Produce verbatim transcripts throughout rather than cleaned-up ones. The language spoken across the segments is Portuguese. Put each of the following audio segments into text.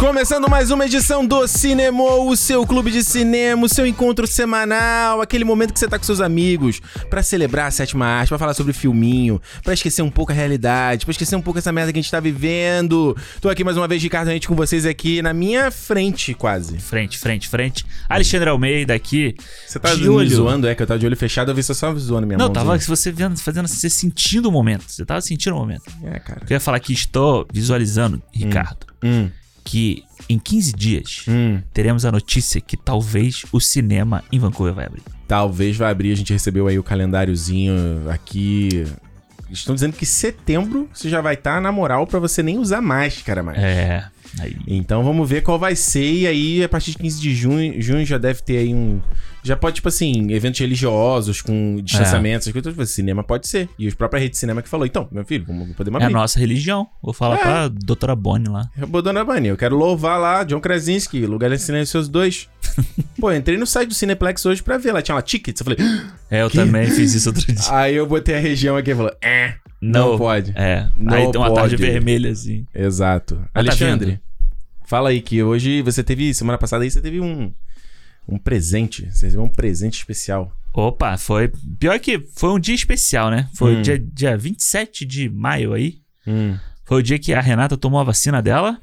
Começando mais uma edição do Cinemô, o seu clube de cinema, o seu encontro semanal, aquele momento que você tá com seus amigos pra celebrar a sétima arte, pra falar sobre filminho, pra esquecer um pouco a realidade, pra esquecer um pouco essa merda que a gente tá vivendo. Tô aqui mais uma vez, Ricardo Rente, com vocês aqui na minha frente, quase. Frente, frente, frente. Alexandre Almeida aqui. Você tá de me olho. zoando, é que eu tava de olho fechado, eu vi você só zoando minha mão. Não, tava você vendo, fazendo você sentindo o momento. Você tava sentindo o momento. É, cara. Eu ia falar que estou visualizando, Ricardo, Hum. que em quinze dias Hum. teremos a notícia que talvez o cinema em Vancouver vai abrir. Talvez vai abrir, a gente recebeu aí o calendáriozinho aqui. Estão dizendo que setembro você já vai estar na moral pra você nem usar máscara mais. É, aí. Então vamos ver qual vai ser. E aí, a partir de quinze de junho, junho já deve ter aí um... Já pode, tipo assim, eventos religiosos com distanciamento, essas coisas. Tipo, cinema pode ser. E a própria rede de cinema que falou, então, meu filho, vamos poder abrir. É a nossa religião. Vou falar É. pra doutora Bonnie lá. Eu, Dona Bani, eu quero louvar lá John Krasinski, Lugar de Silêncios dois. Pô, eu entrei no site do Cineplex hoje pra ver lá. Tinha lá tickets. Eu falei... É, eu Que? também fiz isso outro dia. Aí eu botei a região aqui e falei... É, não, pode. É, Não aí tem uma tarde pode. vermelha assim. Exato. tá Alexandre, vendo? fala aí que hoje você teve... Semana passada aí você teve um... Um presente. Você recebeu um presente especial. Opa, foi... Pior que foi um dia especial, né? Foi Hum. o dia, dia vinte e sete de maio aí. Hum. Foi o dia que a Renata tomou a vacina dela.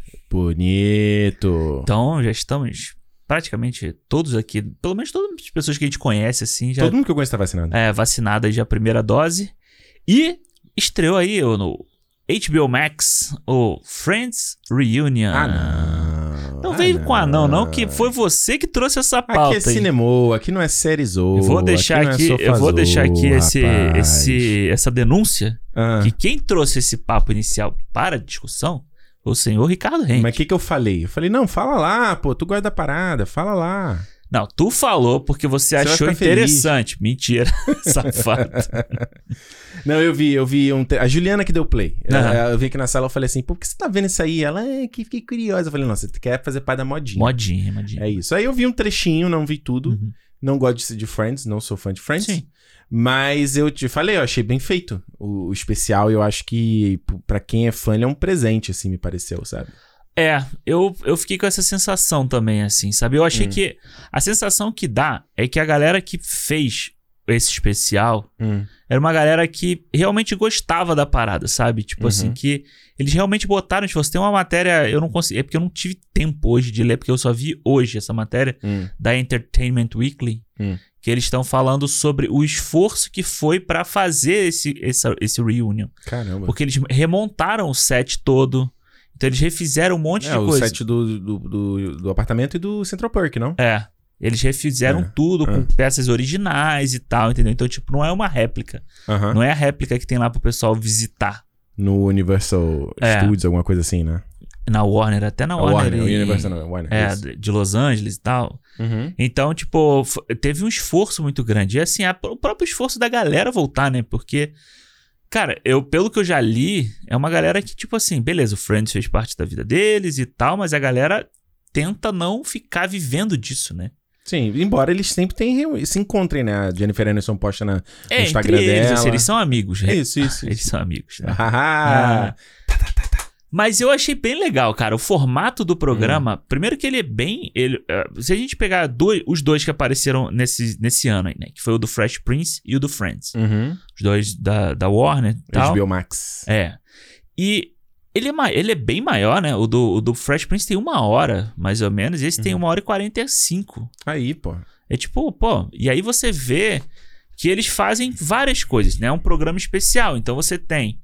Bonito. Então, já estamos praticamente todos aqui, pelo menos todas as pessoas que a gente conhece, assim, já Todo mundo que eu conheço tá vacinado. é vacinadas já a primeira dose. E estreou aí ó, no H B O Max o Friends Reunion. Ah, não. Não Ah, veio com a não, não, que foi você que trouxe essa Aqui pauta. é Cinemô, aqui não é Sérizô. Eu vou deixar aqui, aqui, não é eu vou deixar aqui esse, rapaz. esse, essa denúncia Ah, que quem trouxe esse papo inicial para a discussão foi o senhor Ricardo Rente. mas o que que eu falei? Eu falei, não, fala lá, pô, tu gosta da parada, fala lá. Não, tu falou porque você, Você vai achou ficar feliz. interessante. Mentira, safado. Não, eu vi, eu vi um... te- A Juliana que deu play. Aham. Eu, eu vi aqui na sala, eu falei assim, pô, por que você tá vendo isso aí? Ela, é, que fiquei curiosa. Eu falei, não, você quer fazer parte da modinha. Modinha, modinha. É isso. Aí eu vi um trechinho, não vi tudo. Uhum. Não gosto de, de Friends, não sou fã de Friends. Sim. Mas eu te falei, eu achei bem feito o, o especial. E eu acho que, p- pra quem é fã, ele é um presente, assim, me pareceu, sabe? É, eu, eu fiquei com essa sensação também, assim, sabe? Eu achei Hum. que a sensação que dá é que a galera que fez esse especial Hum. era uma galera que realmente gostava da parada, sabe? Tipo Uhum. assim, que eles realmente botaram, tipo, você tem uma matéria, eu não consegui, é porque eu não tive tempo hoje de ler, porque eu só vi hoje essa matéria Hum. da Entertainment Weekly, Hum. que eles estão falando sobre o esforço que foi pra fazer esse, esse, esse reunion. Caramba. Porque eles remontaram o set todo, então eles refizeram um monte É, de o coisa. set do, do, do, do apartamento e do Central Park, não? É. Eles refizeram É, tudo com é. peças originais e tal, entendeu? Então, tipo, não é uma réplica. Aham. Não é a réplica que tem lá pro pessoal visitar. No Universal É. Studios, alguma coisa assim, né? Na Warner, até na A Warner. Warner, o e- Universal não, Warner. É, isso. de Los Angeles e tal. Uhum. Então, tipo, f- teve um esforço muito grande. E assim, a- o próprio esforço da galera voltar, né? Porque, cara, eu, pelo que eu já li, é uma galera que, tipo assim, beleza, o Friends fez parte da vida deles e tal, mas a galera tenta não ficar vivendo disso, né? Sim, embora eles sempre tenham, se encontrem, né? A Jennifer Aniston posta na, É, no Instagram entre eles, dela. assim, eles são amigos, né? Isso, isso, Eles isso. são amigos, né? Ah, Mas eu achei bem legal, cara. O formato do programa, Hum. primeiro que ele é bem... Ele, eh, se a gente pegar dois, os dois que apareceram nesse, nesse ano aí, né? Que foi o do Fresh Prince e o do Friends. uhum. Os dois da, da Warner e tal. H B O Max. É. E ele é, ma- ele é bem maior, né? O do, o do Fresh Prince tem uma hora, mais ou menos. E esse tem Uhum. uma hora e quarenta e cinco. Aí, pô. É tipo, pô... E aí você vê que eles fazem várias coisas, né? É um programa especial. Então você tem...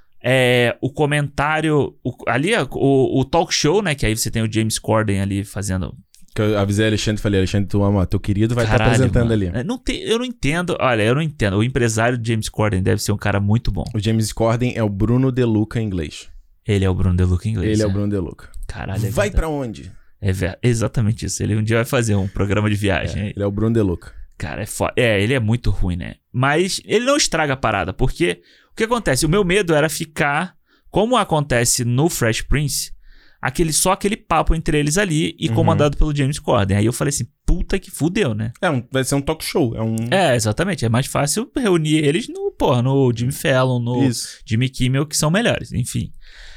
É, o comentário... O, ali, é o, o talk show, né? Que aí você tem o James Corden ali fazendo... Que eu avisei Alexandre e falei, Alexandre, tu ama, teu querido vai estar Caralho, apresentando mano. ali. É, Não tem, eu não entendo... Olha, eu não entendo. O empresário do James Corden deve ser um cara muito bom. O James Corden é o Bruno De Luca em inglês. Ele é o Bruno De Luca em inglês. Ele é o né? Bruno De Luca. Caralho, é vai verdade. pra onde? É ver- exatamente isso. Ele um dia vai fazer um programa de viagem. É, ele é o Bruno De Luca. Cara, é foda. É, ele é muito ruim, né? Mas ele não estraga a parada, porque o que acontece? O meu medo era ficar, como acontece no Fresh Prince, aquele, só aquele papo entre eles ali e Uhum. comandado pelo James Corden. Aí eu falei assim, puta que fudeu, né? É, um, vai ser um talk show. É um... É, exatamente. É mais fácil reunir eles no, porra, no Jimmy Fallon, no Isso. Jimmy Kimmel, que são melhores, enfim.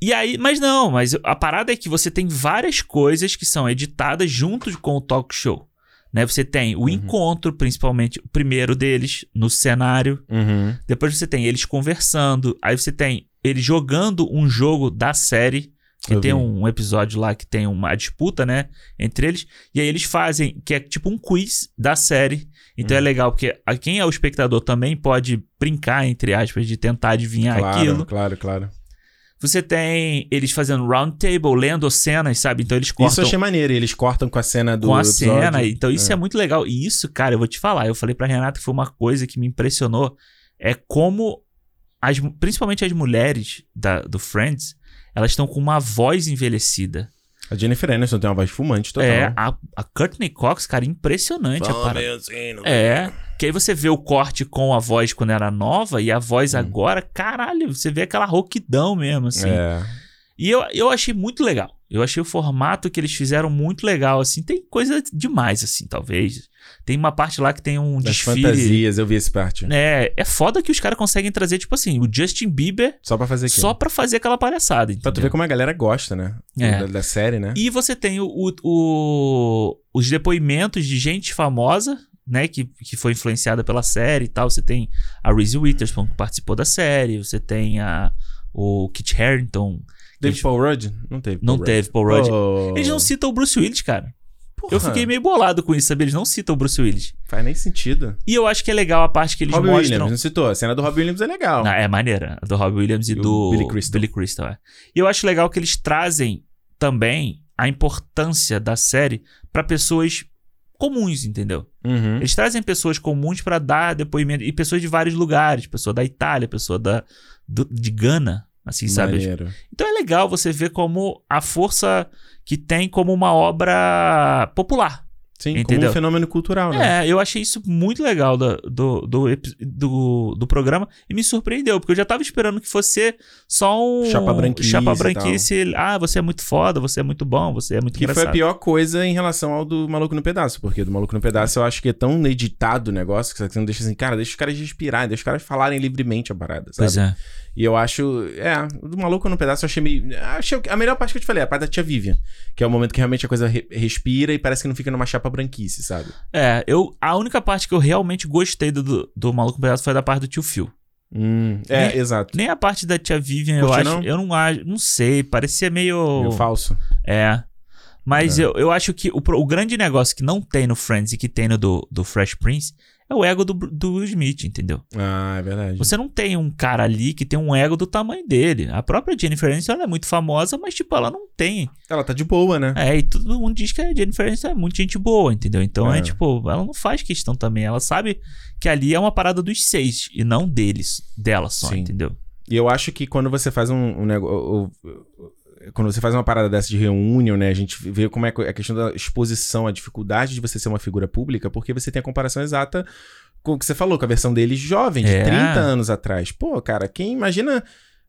E aí, mas não, mas a parada é que você tem várias coisas que são editadas junto com o talk show. Né? Você tem o uhum. encontro, principalmente o primeiro deles, no cenário. Uhum. Depois você tem eles conversando. Aí você tem eles jogando um jogo da série. Que Eu tem um, um episódio lá que tem uma disputa, né? Entre eles. E aí eles fazem, que é tipo um quiz da série. Então uhum. é legal, porque quem é o espectador também pode brincar, entre aspas, de tentar adivinhar claro, aquilo. Claro, claro. Você tem eles fazendo round table, lendo cenas, sabe? Então eles cortam... Isso eu achei maneiro, eles cortam com a cena do Com a episódio. cena, então isso é. é muito legal. E isso, cara, eu vou te falar, eu falei pra Renata que foi uma coisa que me impressionou, é como, as, principalmente as mulheres da, do Friends, elas estão com uma voz envelhecida. A Jennifer Aniston tem uma voz fumante total. É, a, a Courtney Cox, cara, impressionante. Fala a para... meio assim, não É, tem. que aí você vê o corte com a voz quando era nova e a voz hum. agora, caralho, você vê aquela rouquidão mesmo, assim. É. E eu, eu achei muito legal. Eu achei o formato que eles fizeram muito legal, assim. Tem coisa demais, assim, talvez. Tem uma parte lá que tem um das desfile... fantasias, eu vi essa parte. É, é foda que os caras conseguem trazer, tipo assim, o Justin Bieber... Só pra fazer aquilo. Só pra fazer aquela palhaçada, entendeu? Pra tu ver como a galera gosta, né? É. Da, da série, né? E você tem o, o, o, os depoimentos de gente famosa, né? Que, que foi influenciada pela série e tal. Você tem a Reese Witherspoon, que participou da série. Você tem a, o Kit Harington... Teve eles... Paul Rudd? Não teve Não Paul teve Rudd. Paul Rudd. Oh. Eles não citam o Bruce Willis, cara. Porra. Eu fiquei meio bolado com isso, sabe? Eles não citam o Bruce Willis. Faz nem sentido. E eu acho que é legal a parte que eles Robbie mostram... Williams, não citou. A cena do Robbie Williams é legal. Não, é maneira. A do Robbie Williams e, e do Billy Crystal. Billy Crystal, é. E eu acho legal que eles trazem também a importância da série pra pessoas comuns, entendeu? Uhum. Eles trazem pessoas comuns pra dar depoimento. E pessoas de vários lugares. Pessoa da Itália, pessoa da, do, de Gana. Assim, sabe? Maneiro. Então é legal você ver como a força que tem como uma obra popular. Sim, entendeu? como um fenômeno cultural, né? É, eu achei isso muito legal do, do, do, do, do programa e me surpreendeu, porque eu já tava esperando que fosse só um... Chapa branquice Chapa branquice. Ah, você é muito foda, você é muito bom, você é muito que engraçado. Que foi a pior coisa em relação ao do Maluco no Pedaço, porque do Maluco no Pedaço eu acho que é tão editado o negócio que você não deixa assim, cara, deixa os caras respirarem, deixa os caras falarem livremente a parada, sabe? Pois é. E eu acho, é, o do Maluco no Pedaço eu achei meio... Achei a melhor parte que eu te falei, a parte da tia Vivian, que é o momento que realmente a coisa re- respira e parece que não fica numa chapa branquice, sabe? É, eu, a única parte que eu realmente gostei do, do, do Maluco no Pedaço foi da parte do tio Phil. Hum, é, nem, exato. Nem a parte da tia Vivian, Curtiu, eu acho, não? eu não acho, não sei, parecia meio... Meio falso. É, mas é. Eu, eu acho que o, o grande negócio que não tem no Friends e que tem no do, do Fresh Prince é o ego do, do Will Smith, entendeu? Ah, é verdade. Você não tem um cara ali que tem um ego do tamanho dele. A própria Jennifer Aniston, ela é muito famosa, mas tipo, ela não tem. Ela tá de boa, né? É, e todo mundo diz que a Jennifer Aniston é muito gente boa, entendeu? Então é. é tipo, ela não faz questão também. Ela sabe que ali é uma parada dos seis e não deles, dela só, Sim. entendeu? E eu acho que quando você faz um, um negócio... Quando você faz uma parada dessa de reunião, né? A gente vê como é a questão da exposição, a dificuldade de você ser uma figura pública, porque você tem a comparação exata com o que você falou, com a versão deles jovem, de é. trinta anos atrás. Pô, cara, quem imagina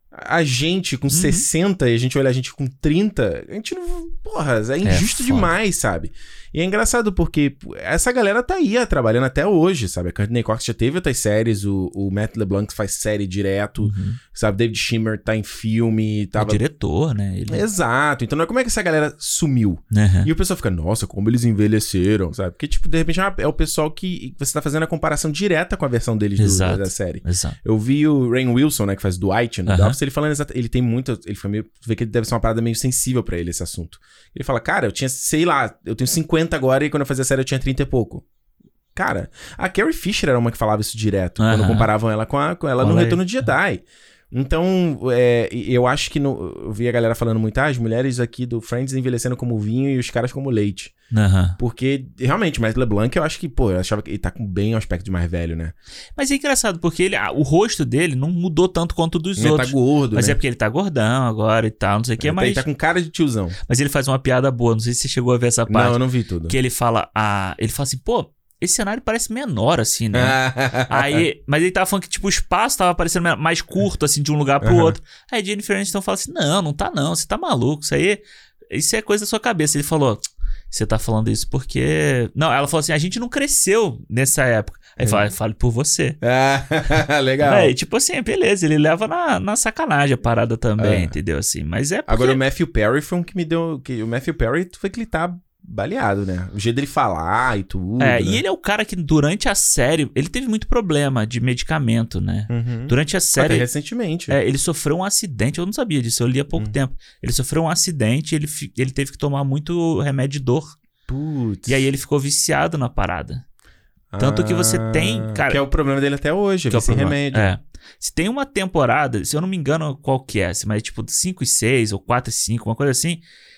a gente com uhum. sessenta e a gente olha a gente com trinta, a gente não... Porra, é injusto é demais, sabe? E é engraçado porque essa galera tá aí trabalhando até hoje, sabe? A Courtney Cox já teve outras séries, o, o Matt LeBlanc faz série direto, uhum. sabe? David Schwimmer tá em filme. Tava... É diretor, né? Ele... Exato. Então não é como é que essa galera sumiu. Uhum. E o pessoal fica, nossa, como eles envelheceram, sabe? Porque, tipo, de repente é o pessoal que você tá fazendo a comparação direta com a versão deles do, da série. Exato. Eu vi o Rainn Wilson, né, que faz Dwight no uhum. The Office, ele falando exatamente, ele tem muito, ele foi meio, vê que ele deve ser uma parada meio sensível pra ele, esse assunto. Ele fala, cara, eu tinha, sei lá, eu tenho cinquenta agora e quando eu fazia a série eu tinha trinta e pouco. Cara, a Carrie Fisher era uma que falava isso direto, uhum. quando comparavam ela com, a, com ela Olha no aí. Retorno de Jedi. Então, é, eu acho que no, eu vi a galera falando muito, ah, as mulheres aqui do Friends envelhecendo como vinho e os caras como leite. Uhum. Porque, realmente, o Matt LeBlanc, eu acho que, pô, eu achava que ele tá com bem um aspecto de mais velho, né? Mas é engraçado, porque ele, ah, o rosto dele não mudou tanto quanto o dos ele outros. Ele tá gordo, Mas né? é porque ele tá gordão agora e tal, não sei o que, é, mas... Ele tá com cara de tiozão. Mas ele faz uma piada boa, não sei se você chegou a ver essa parte. Não, eu não vi tudo. Que ele fala, ah, ele fala assim, pô... Esse cenário parece menor, assim, né? Aí, mas ele tava falando que, tipo, o espaço tava parecendo mais curto, assim, de um lugar pro uhum. outro. Aí Jennifer Aniston fala assim, não, não tá não, você tá maluco, isso aí, isso é coisa da sua cabeça. Ele falou, você tá falando isso porque... Não, ela falou assim, a gente não cresceu nessa época. Aí É. fala, fale por você. Ah, legal. É, e tipo assim, beleza, ele leva na, na sacanagem a parada também, É. entendeu? Assim, mas é porque... Agora o Matthew Perry foi um que me deu... Que, o Matthew Perry foi que ele tá baleado, né? O jeito dele falar e tudo. É, né? e ele é o cara que durante a série, ele teve muito problema de medicamento, né? Uhum. Durante a Até série, recentemente. é, ele sofreu um acidente, eu não sabia disso, eu li há pouco Hum. tempo. Ele sofreu um acidente, ele, fi- ele teve que tomar muito remédio de dor. Putz. E aí ele ficou viciado na parada. Tanto que você tem, Ah, cara- Que é o problema dele até hoje, é Que é o ver sem problema. remédio. É. Se tem uma temporada, se eu não me engano qual que é, se- mas tipo cinco e seis ou quatro e cinco, uma coisa assim,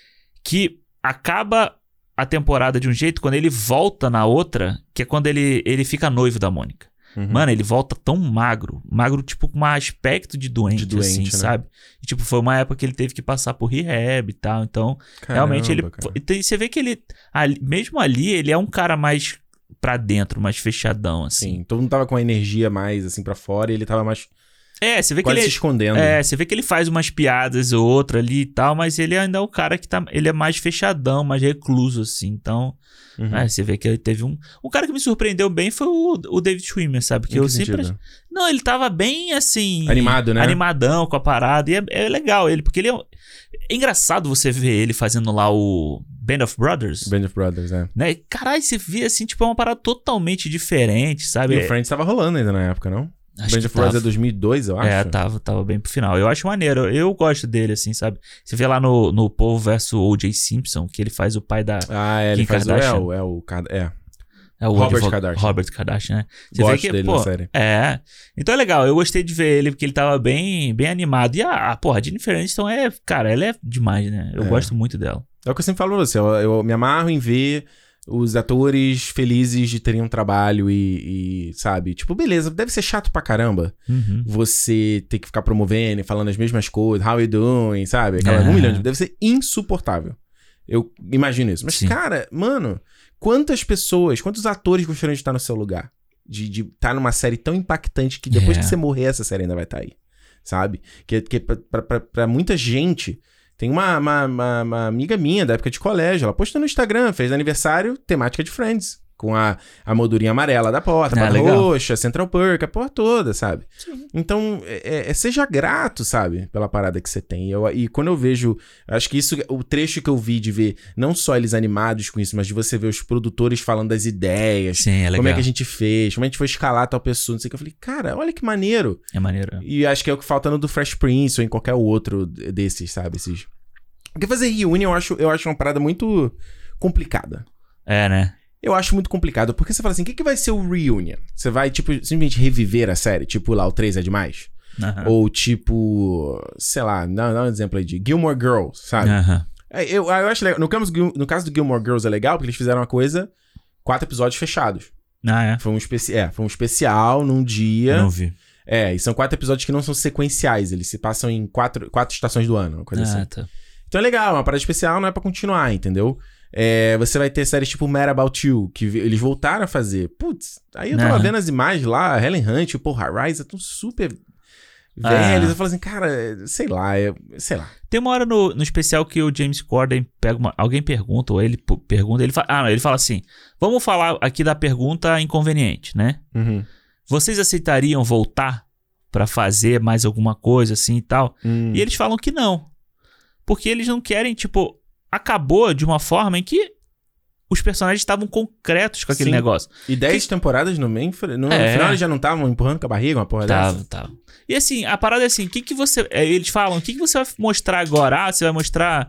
que acaba a temporada de um jeito, quando ele volta na outra, que é quando ele, ele fica noivo da Mônica. Uhum. Mano, ele volta tão magro. Magro, tipo, com um aspecto de doente, De doente, assim, né? sabe? E, tipo, foi uma época que ele teve que passar por rehab e tal. Então, Caramba, realmente, ele... cara. e tem- você vê que ele... ali- mesmo ali, ele é um cara mais pra dentro, mais fechadão, assim. Sim, todo mundo tava com a energia mais, assim, pra fora e ele tava mais É, você vê que quase ele... se escondendo. É, você vê que ele faz umas piadas ou outra ali e tal, mas ele ainda é o cara que tá... Ele é mais fechadão, mais recluso, assim. Então, Uhum. é, você vê que ele teve um... Um cara que me surpreendeu bem foi o, o David Schwimmer, sabe? Que Em eu que sempre... sentido? Não, ele tava bem, assim... Animado, né? Animadão com a parada. E é, é legal ele, porque ele é... um- É engraçado você ver ele fazendo lá o Band of Brothers, Band of Brothers, é. né? Caralho, você vê, assim, tipo, é uma parada totalmente diferente, sabe? E o Friends tava rolando ainda na época, não? Acho Band que of Brothers tava. é dois mil e dois, eu acho. É, tava, tava bem pro final. Eu acho maneiro. Eu gosto dele, assim, sabe? Você vê lá no, no Povo versus O J Simpson, que ele faz o pai da... Ah, é, ele Kim faz o... É, Kardashian. o... É, o Card- é. É o Robert advog- Kardashian. Robert Kardashian, né? Você Gosto vê que, dele pô, na série. É. Então é legal. Eu gostei de ver ele, porque ele tava bem, bem animado. E a, a porra, a Jennifer Aniston é... Cara, ela é demais, né? Eu É. gosto muito dela. É o que eu sempre falo pra você, eu, eu me amarro em ver os atores felizes de terem um trabalho e, e, sabe? Tipo, beleza, deve ser chato pra caramba Uhum. você ter que ficar promovendo e falando as mesmas coisas, how you doing, sabe? Aquela É. um milhão de... Deve ser insuportável. Eu imagino isso. Mas, Sim. cara, mano, quantas pessoas, quantos atores gostariam de estar no seu lugar? De estar de tá numa série tão impactante que depois É. que você morrer, essa série ainda vai estar aí, sabe? Que, que pra, pra, pra, pra muita gente... Tem uma, uma, uma, uma amiga minha da época de colégio, ela postou no Instagram, fez aniversário, temática de Friends. Com a, a moldurinha amarela da porta, a Ah, porta legal. roxa, Central Perk, a porra toda, sabe? Sim. Então, é, é- seja grato, sabe? Pela parada que você tem. Eu- e quando eu vejo, acho que isso, o trecho que eu vi de ver, não só eles animados com isso, mas de você ver os produtores falando das ideias, Sim, é legal. como é que a gente fez, como a gente foi escalar tal pessoa, não sei o que. Eu falei, cara, olha que maneiro. É maneiro. E acho que é o que falta no do Fresh Prince ou em qualquer outro desses, sabe? Esses... Porque fazer reunion eu acho, eu acho uma parada muito complicada. É, né? Eu acho muito complicado, porque você fala assim, o que, que vai ser o reunion? Você vai, tipo, simplesmente reviver a série? Tipo, lá, o três é demais? Aham. Ou tipo, sei lá, dá, dá um exemplo aí de Gilmore Girls, sabe? Aham. É, Eu, eu acho legal. No caso, no caso do Gilmore Girls é legal, porque eles fizeram uma coisa, quatro episódios fechados. Ah, é? Foi um, especi é, foi um especial num dia. Eu não vi. É, e são quatro episódios que não são sequenciais, eles se passam em quatro, quatro estações do ano, uma coisa Ah, assim. tá. Então é legal, uma parada especial não é pra continuar, entendeu? É, você vai ter séries tipo Mad About You, que vi- eles voltaram a fazer. Putz, aí eu tava Aham. vendo as imagens lá, Helen Hunt, o Paul Rise, estão super Ah. velhos. Eu falo assim, cara, sei lá, é- sei lá. Tem uma hora no, no especial que o James Corden pega uma... Alguém pergunta, ou ele p- pergunta, ele fala... Ah, não, ele fala assim, vamos falar aqui da pergunta inconveniente, né? Uhum. Vocês aceitariam voltar pra fazer mais alguma coisa assim e tal? Hum. E eles falam que não. Porque eles não querem, tipo... Acabou de uma forma em que os personagens estavam concretos com aquele Sim. negócio. E dez temporadas no meio, no É. final eles já não estavam empurrando com a barriga, uma porra dessa? Tava, tava. E assim, a parada é assim, o que que você... é, Eles falam, o que que você vai mostrar agora? Ah, você vai mostrar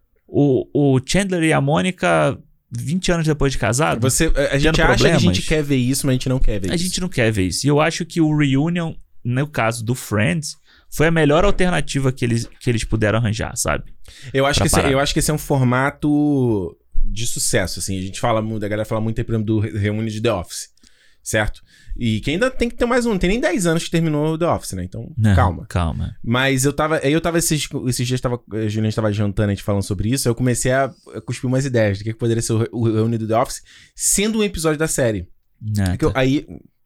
o, o Chandler e a Mônica vinte anos depois de casado? Você, a, a gente Tendo acha que a gente problemas. quer ver isso, mas a gente não quer ver A isso. gente não quer ver isso. E eu acho que o Reunion, no caso do Friends, foi a melhor alternativa que eles, que eles puderam arranjar, sabe? Eu acho, pra que esse, parar. eu acho que esse é um formato de sucesso, assim. A gente fala muito, a galera fala muito aí, por exemplo, do Re- Reúne de The Office, certo? E que ainda tem que ter mais um, não tem nem dez anos que terminou The Office, né? Então, Não, calma. Calma. Mas eu tava, aí eu tava esses, esses dias, tava, a Juliana estava jantando, a gente falando sobre isso, aí eu comecei a, a cuspir umas ideias do que, que poderia ser o, Re- o Reúne do The Office, sendo um episódio da série. Ah, Que eu- tá. aí,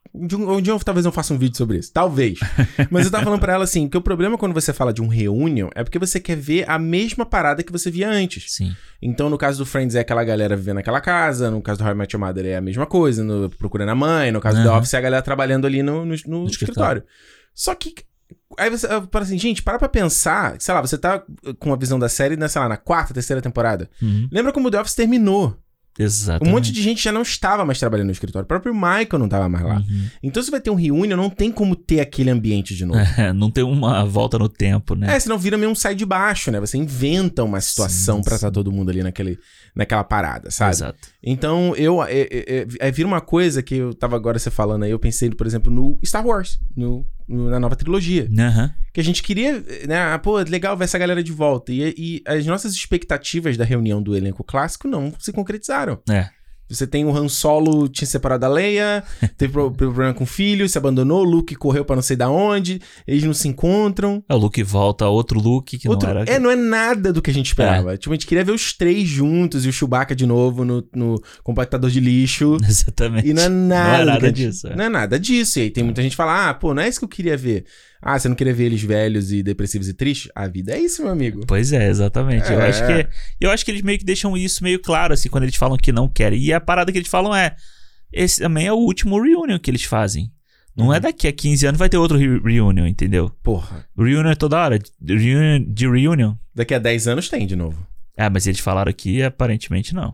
Um dia, um dia eu, talvez eu faça um vídeo sobre isso. Talvez. Mas eu tava falando pra ela assim, que o problema quando você fala de um reunion é porque você quer ver a mesma parada que você via antes. Sim. Então, no caso do Friends, é aquela galera vivendo naquela casa. No caso do How I Met Your Mother, é a mesma coisa. No Procurando a Mãe. No caso Uhum. do The Office, é a galera trabalhando ali no, no, no, no escritório. escritório. Só que... Aí você fala assim, gente, para pra pensar. Sei lá, você tá com a visão da série, né, sei lá, na quarta, terceira temporada. Uhum. Lembra como o The Office terminou? Exatamente. Um monte de gente já não estava mais trabalhando no escritório. O próprio Michael não tava mais lá. Uhum. Então, se vai ter um reunion, não tem como ter aquele ambiente de novo. É, não tem uma volta no tempo, né? É, senão vira meio um sai de baixo, né? Você inventa uma situação Sim, pra sim. estar todo mundo ali naquele, naquela parada, sabe? Exato. Então, eu... É, é, é, é, vira uma coisa que eu tava agora você falando aí, eu pensei, por exemplo, no Star Wars, no, no, na nova trilogia. Uhum. Que a gente queria, né? Ah, pô, legal ver essa galera de volta. E, e as nossas expectativas da reunião do elenco clássico não se concretizaram. É. Você tem o Han Solo tinha separado da Leia, teve pro- problema com o filho, se abandonou, o Luke correu pra não sei da onde, eles não se encontram. É, o Luke volta a outro Luke que Outro, não era... É, não é nada do que a gente esperava. Tipo, a gente queria ver os três juntos e o Chewbacca de novo no, no compactador de lixo. Exatamente. E não é nada, Não é do nada que a gente- disso, é. Não é nada disso. E aí tem muita gente que fala, ah, pô, não é isso que eu queria ver. Ah, você não queria ver eles velhos e depressivos e tristes? A vida é isso, meu amigo. Pois é, exatamente. Eu É. acho que eu acho que eles meio que deixam isso meio claro, assim, quando eles falam que não querem. E a parada que eles falam é: esse também é o último reunion que eles fazem. Não Uhum. é daqui a quinze anos vai ter outro re- reunion, entendeu? Porra. Reunion é toda hora. Reunion de reunion. Daqui a dez anos tem de novo. Ah, mas eles falaram aqui, aparentemente não.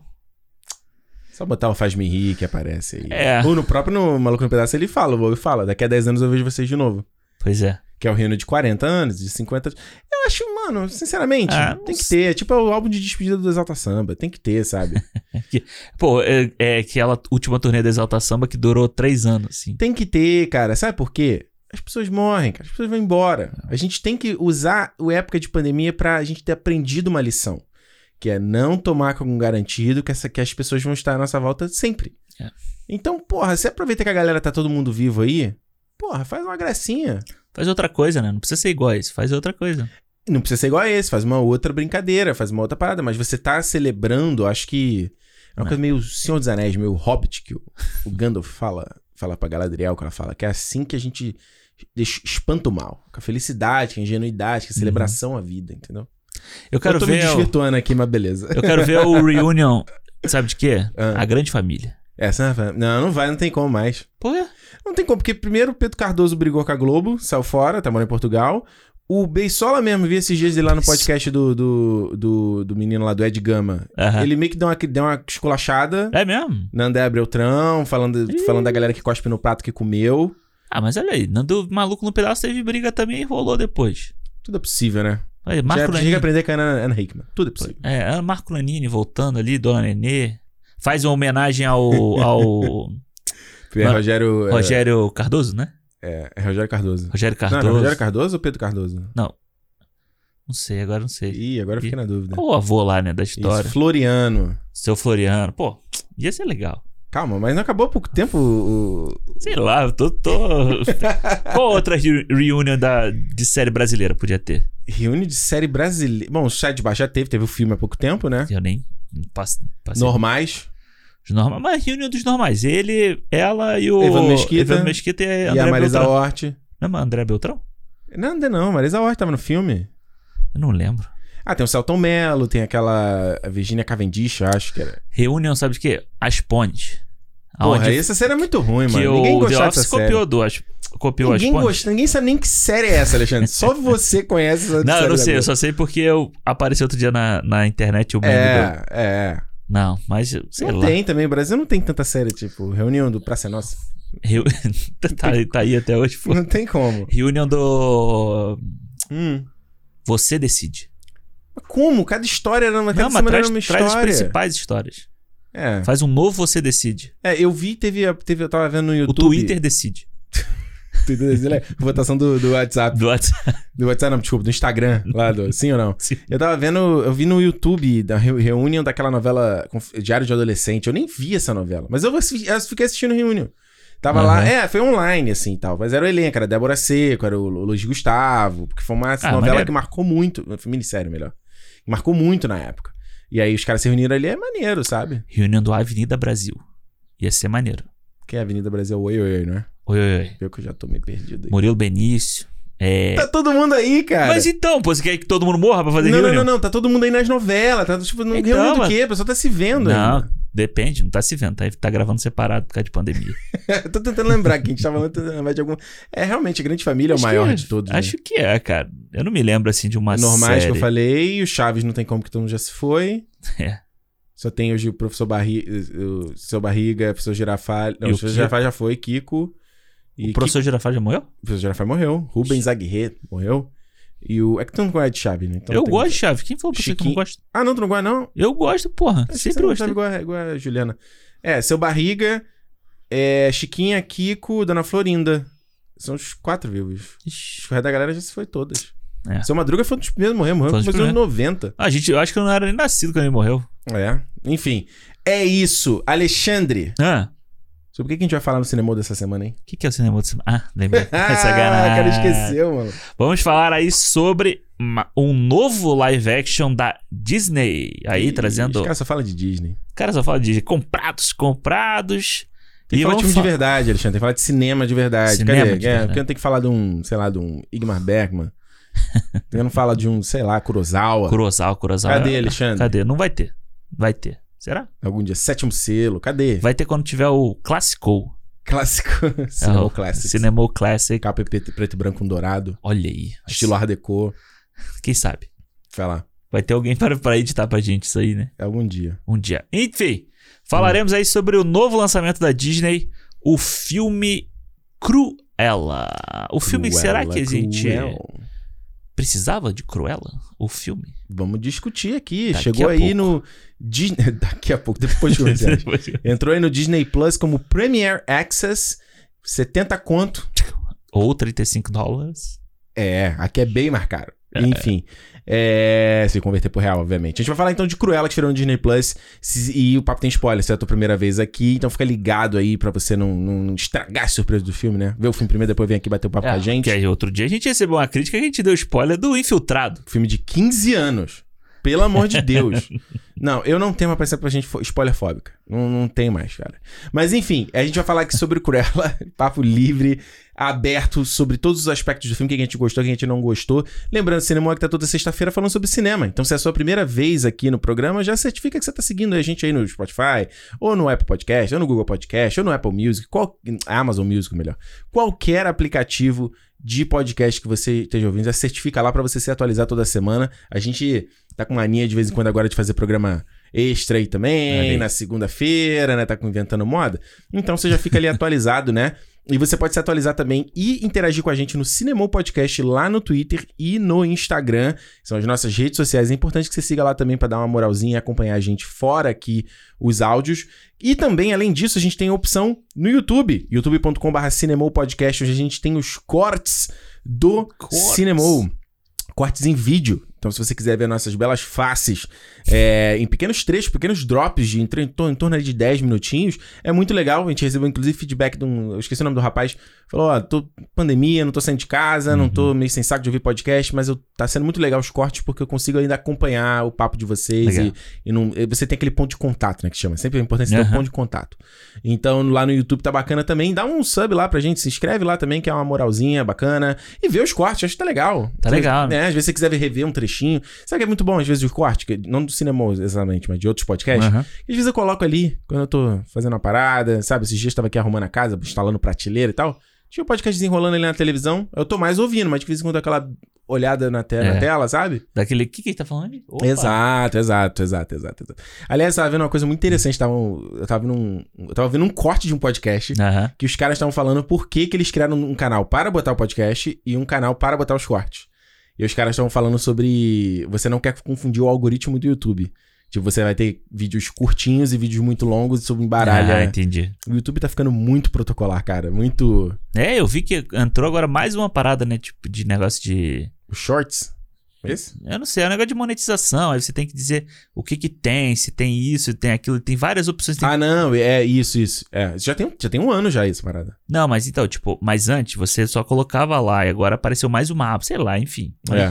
Só botar o Faz-me Rir que aparece aí. É. Ou no próprio no Maluco no Pedaço ele fala, ele fala, daqui a dez anos eu vejo vocês de novo. Pois é. Que é o reino de quarenta anos, de cinquenta anos. Eu acho, mano, sinceramente, Ah, tem não que sei. ter. É tipo o álbum de despedida do Exalta Samba. Tem que ter, sabe? Pô, é, é aquela última turnê da Exalta Samba que durou três anos, assim. Tem que ter, cara. Sabe por quê? As pessoas morrem, cara. As pessoas vão embora. A gente tem que usar a época de pandemia pra gente ter aprendido uma lição. Que é não tomar como garantido que, essa, que as pessoas vão estar à nossa volta sempre. É. Então, porra, você aproveita que a galera tá todo mundo vivo aí, porra, faz uma gracinha. Faz outra coisa, né? Não precisa ser igual a isso, faz outra coisa. Não precisa ser igual a esse, faz uma outra brincadeira, faz uma outra parada, mas você tá celebrando, acho que é uma Não. coisa meio Senhor dos Anéis, meio Hobbit, que o, o Gandalf fala, fala pra Galadriel, que ela fala, que é assim que a gente deixa- espanta o mal, com a felicidade, com a ingenuidade, com a celebração à vida, entendeu? Eu quero Eu tô me ver. O, desvirtuando aqui, mas beleza. eu quero ver o reunion. Sabe de quê? Ah. A Grande Família. Essa não, não vai, não tem como mais. Pô, é. Não tem como, porque primeiro o Pedro Cardoso brigou com a Globo, saiu fora, tá morando em Portugal. O Beisola mesmo, vi esses dias ele lá no podcast do, do, do, do menino lá do Ed Gama. Aham. Ele meio que deu uma, deu uma esculachada É mesmo? na André Beltrão, falando, falando da galera que cospe no prato que comeu. Ah, mas olha aí, Nando Maluco no Pedaço teve briga também e rolou depois. Tudo é possível, né? Aí, Já Marco tinha que Nanini. aprender com a Ana, Ana Hickman. Tudo é possível. É, Marco Nanini voltando ali, Dona Nenê. Faz uma homenagem ao, ao É Mas- Rogério... é, Rogério Cardoso, né? É, é Rogério Cardoso. Rogério Não, Cardoso. era Rogério Cardoso ou Pedro Cardoso? Não. Não sei, agora não sei. Ih, agora eu fiquei na dúvida. O avô lá, né, da história. Isso, Floriano. Seu Floriano. Pô, ia ser legal. Calma, mas não acabou há pouco tempo o... o- Sei lá, eu tô... tô... Qual outra re- reunion da, de série brasileira podia ter? Reúne de série brasileira. Bom, o Chat de Baixo já teve, teve o filme há pouco tempo, né? Eu nem passe- passei. Normais. Os normais, mas reunião dos normais. Ele, ela e o... Evandro Mesquita. Evandro Mesquita e, E André a Marisa Beltrão. Hort. Não, mas André Beltrão? Não, ainda não. Marisa Hort tava no filme. Eu não lembro. Ah, tem o Celton Mello, tem aquela a Virginia Cavendish, eu acho que era. Reunião, sabe de quê? As Pontes. Porra, Aonde essa série é muito ruim, que mano. Ninguém o The gostava Office dessa série. copiou, do, as, copiou Ninguém as Pontes. gosta, ninguém sabe nem que série é essa, Alexandre. Só você conhece essa Não, série eu não da sei, eu Globo. só sei porque eu apareci outro dia na, na internet o meme do... É, é. Não, mas sei Não lá. tem também, o Brasil não tem tanta série, tipo, Reunião do Praça é Nossa. Reu- tá, tá aí até hoje, pô. Não tem como. Reunião do... Hum. Você Decide. Mas como? Cada história era uma, cada Não, mas semana traz, era uma traz as história. principais histórias. É. Faz um novo Você Decide. É, eu vi, teve, teve, eu tava vendo no O YouTube. Twitter decide. Twitter decide. Votação do, do WhatsApp. Do WhatsApp. Do WhatsApp, não, desculpa, do Instagram, lá do. Sim ou não? Sim. Eu tava vendo, eu vi no YouTube da Re- Reunião daquela novela Conf- Diário de Adolescente. Eu nem vi essa novela, mas eu assi- eu fiquei assistindo Reunião. Tava Uhum. lá, é, foi online, assim, tal. Mas era o elenco, era a Débora Seco, era o Lu- Luiz Gustavo, porque foi uma Ah, novela maneiro. que marcou muito, foi minissérie melhor, que marcou muito na época. E aí os caras se reuniram ali, é maneiro, sabe? Reunião do Avenida Brasil. Ia ser maneiro. Que é a Avenida Brasil, oi, oi, oi, não é? Oi, oi, oi. Eu que eu já tô meio perdido aí. Murilo Benício. É... Tá todo mundo aí, cara. Mas então, pô, você quer que todo mundo morra pra fazer Não, reunião? não, não, não. Tá todo mundo aí nas novelas. Tá tipo, não Então, reunião do mas- quê? A pessoa tá se vendo Não, ainda. depende, não tá se vendo. Tá, tá gravando separado por causa de pandemia. Tô tentando lembrar que a gente tava falando tentando lembrar de algum... É, realmente, a Grande Família é o Acho maior que- de todos, Acho né? que é, cara. Eu não me lembro, assim, de uma Normais série. que eu falei. O Chaves não tem como que todo mundo já se foi. É. Só tem hoje o professor Barriga, o seu Barriga, o professor Girafalho. Não, E o o professor Kiko? Girafalho já foi, Kiko. E O professor Girafales já morreu? Kiko, o professor Girafalho morreu. Rubens Aguirre morreu. E o... É que tu não gosta de Chaves, né? Então eu tem- gosto de Chaves. Quem falou pra você que eu não Chiquinho. gosto? Ah, não, tu não gosta, não? Eu gosto, porra. Acho que Sempre você não gostei. sabe igual, a- igual a Juliana. É, seu Barriga, é, Chiquinha, Kiko, Dona Florinda. São os quatro vivos. Ixi. O resto da galera já se foi todas. É. Seu Madruga foi um dos primeiros a morrer. Morreu Foi no um dos começo dos anos noventa. Ah, gente, eu acho que eu não era nem nascido quando ele morreu. É, enfim. É isso. Alexandre, Ah, sobre o que que a gente vai falar no cinema dessa semana, hein? o que, que é o cinema de semana? Ah, lembrei. Ah, Sacanagem. o cara esqueceu, mano. Vamos falar aí sobre uma- um novo live action da Disney. Aí, Ih, trazendo... Os caras só falam de Disney. O cara só fala de comprados, comprados. Tem que falar de vamos filme de fa- verdade, Alexandre. Tem que falar de cinema de verdade. Cinema Cadê? de é, verdade. porque não tem que falar de um, sei lá, de um Igmar Bergman. Tem que não falar de um, sei lá, Kurosawa. Kurosawa, Kurosawa. Cadê, Alexandre? Cadê? Não vai ter. Vai ter. Será? Algum dia. Sétimo Selo. Cadê? Vai ter quando tiver o Classico. Clássico. É Cinema o Classic. Cinema Classic. Capa em preto, preto e branco com dourado. Olha aí. Estilo Art Deco. Quem sabe? Vai lá. Vai ter alguém para, para editar pra gente isso aí, né? Algum dia. Um dia. Enfim, falaremos aí sobre o novo lançamento da Disney, o filme Cruella. O filme, Cruella, será que a gente Cruel. precisava de Cruella? O filme? Vamos discutir aqui. Daqui Chegou a aí pouco. no Disney. Daqui a pouco, depois de comerciais. Entrou aí no Disney Plus como Premier Access. setenta conto. Ou trinta e cinco dólares. É, aqui é bem mais caro. Enfim. É, se converter por real, obviamente. A gente vai falar então de Cruella, que tirou no Disney Plus. se- E o papo tem spoiler, se é a tua primeira vez aqui. Então fica ligado aí pra você não, não estragar a surpresa do filme, né? Vê o filme primeiro, depois vem aqui bater o papo com a gente. Que aí outro dia a gente recebeu uma crítica que a gente deu spoiler do Infiltrado. Filme de quinze anos. Pelo amor de Deus. Não, eu não tenho uma paciência pra gente fo- spoilerfóbica. Não, não tem mais, cara. Mas enfim, a gente vai falar aqui sobre Cruella. Papo livre, aberto sobre todos os aspectos do filme, o que a gente gostou, o que a gente não gostou. Lembrando, o Cinema que tá toda sexta-feira falando sobre cinema. Então, se é a sua primeira vez aqui no programa, já certifica que você tá seguindo a gente aí no Spotify, ou no Apple Podcast, ou no Google Podcast, ou no Apple Music, qual... Amazon Music, melhor. Qualquer aplicativo de podcast que você esteja ouvindo, já certifica lá pra você se atualizar toda semana. A gente tá com mania de vez em quando agora de fazer programa extra aí também, Aí. na segunda-feira, né? Tá com inventando moda. Então você já fica ali atualizado, né? E você pode se atualizar também e interagir com a gente no Cinemou Podcast lá no Twitter e no Instagram. São as nossas redes sociais. É importante que você siga lá também para dar uma moralzinha e acompanhar a gente fora aqui os áudios. E também, além disso, a gente tem a opção no YouTube, youtube ponto com barra Cinemou Podcast, onde a gente tem os cortes do Cortes. Cinemou. Cortes em vídeo. Então, se você quiser ver nossas belas faces é, em pequenos trechos, pequenos drops de em, em, torno, em torno ali de dez minutinhos, é muito legal. A gente recebeu, inclusive, feedback de um... Eu esqueci o nome do rapaz. Falou, ó, tô pandemia, não tô saindo de casa, Uhum. não tô meio sem saco de ouvir podcast, mas eu, tá sendo muito legal os cortes porque eu consigo ainda acompanhar o papo de vocês Legal. e, e não, e você tem aquele ponto de contato, né, que chama. Sempre é importante você ter um Uhum. ponto de contato. Então, lá no YouTube tá bacana também. Dá um sub lá pra gente, se inscreve lá também, que é uma moralzinha bacana. E vê os cortes, acho que tá legal. Tá Às legal, vezes, né? Às vezes você quiser rever um trechinho. Sabe que é muito bom, às vezes, os cortes, que- não do cinema exatamente, mas de outros podcasts. Aham. Às vezes eu coloco ali, quando eu tô fazendo uma parada, sabe? Esses dias eu tava aqui arrumando a casa, instalando prateleira e tal. Tinha um podcast desenrolando ali na televisão. Eu tô mais ouvindo, mas de vez em quando aquela olhada na, te- É. na tela, sabe? Daquele... O que que ele tá falando? Opa. Exato, exato, exato, exato, exato. Aliás, eu tava vendo uma coisa muito interessante. Tava, eu, tava vendo um, eu tava vendo um corte de um podcast Aham. que os caras estavam falando por que, que eles criaram um canal para botar o podcast e um canal para botar os cortes. E os caras estavam falando sobre... Você não quer confundir o algoritmo do YouTube. Tipo, você vai ter vídeos curtinhos e vídeos muito longos sobre embaralha. Ah, entendi. O YouTube tá ficando muito protocolar, cara. Muito... É, eu vi que entrou agora mais uma parada, né? Tipo, de negócio de... Os shorts. Esse? Eu não sei, é um negócio de monetização. Aí você tem que dizer o que que tem, se tem isso, tem aquilo. Tem várias opções. Tem... Ah, não. É isso, isso. É, já tem, já tem um ano já isso, parada. Não, mas então, tipo, mas antes você só colocava lá e agora apareceu mais uma aba, sei lá, enfim. É.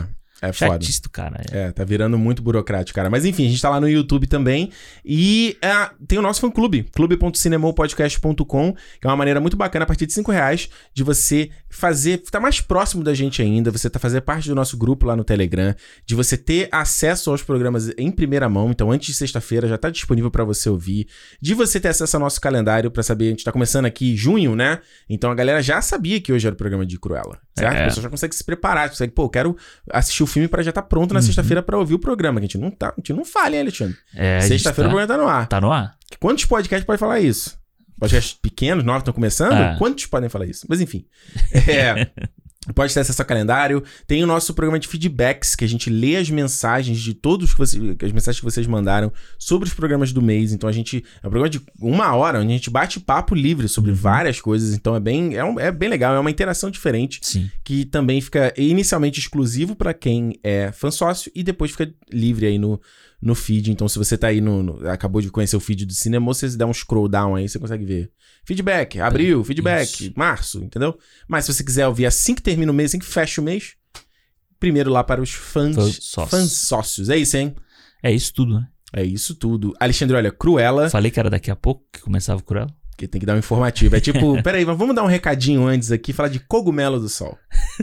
É foda. Chatice do cara. É. É, tá virando muito burocrático, cara. Mas enfim, a gente tá lá no YouTube também. E é, tem o nosso fã-clube, clube ponto cinemopodcast ponto com, que é uma maneira muito bacana, a partir de cinco reais, de você fazer, tá mais próximo da gente ainda, você tá fazer parte do nosso grupo lá no Telegram, de você ter acesso aos programas em primeira mão. Então, antes de sexta-feira, já tá disponível pra você ouvir. De você ter acesso ao nosso calendário pra saber, a gente tá começando aqui em junho, né? Então, a galera já sabia que hoje era o programa de Cruella, certo? É. A pessoa já consegue se preparar, consegue, pô, eu quero assistir o filme pra já estar tá pronto na uhum. sexta-feira pra ouvir o programa, que a gente não tá, a gente não falha, hein, Alexandre? É, sexta-feira tá, o programa tá no ar. Tá no ar. Quantos podcasts podem falar isso? Podcasts pequenos, novos, estão começando? Ah. Quantos podem falar isso? Mas enfim. É... Pode ter acesso ao calendário. Tem o nosso programa de feedbacks, que a gente lê as mensagens de todos que vocês, as mensagens que vocês mandaram sobre os programas do mês. Então a gente... É um programa de uma hora, onde a gente bate papo livre sobre uhum. várias coisas. Então é bem, é, um, é bem legal, é uma interação diferente. Sim. Que também fica inicialmente exclusivo para quem é fã sócio e depois fica livre aí no, no feed. Então se você tá aí no, no... Acabou de conhecer o feed do cinema, você dá um scroll down aí, você consegue ver. Feedback, abril, feedback, Isso. março, entendeu? Mas se você quiser ouvir assim que termina o mês, assim que fecha o mês, primeiro lá para os fãs, Fã fãs sócios. É isso, hein? É isso tudo, né? É isso tudo. Alexandre, olha, Cruella... Falei que era daqui a pouco que começava o Cruella. Porque tem que dar um informativo. É tipo, peraí, vamos dar um recadinho antes aqui, falar de Cogumelo do Sol.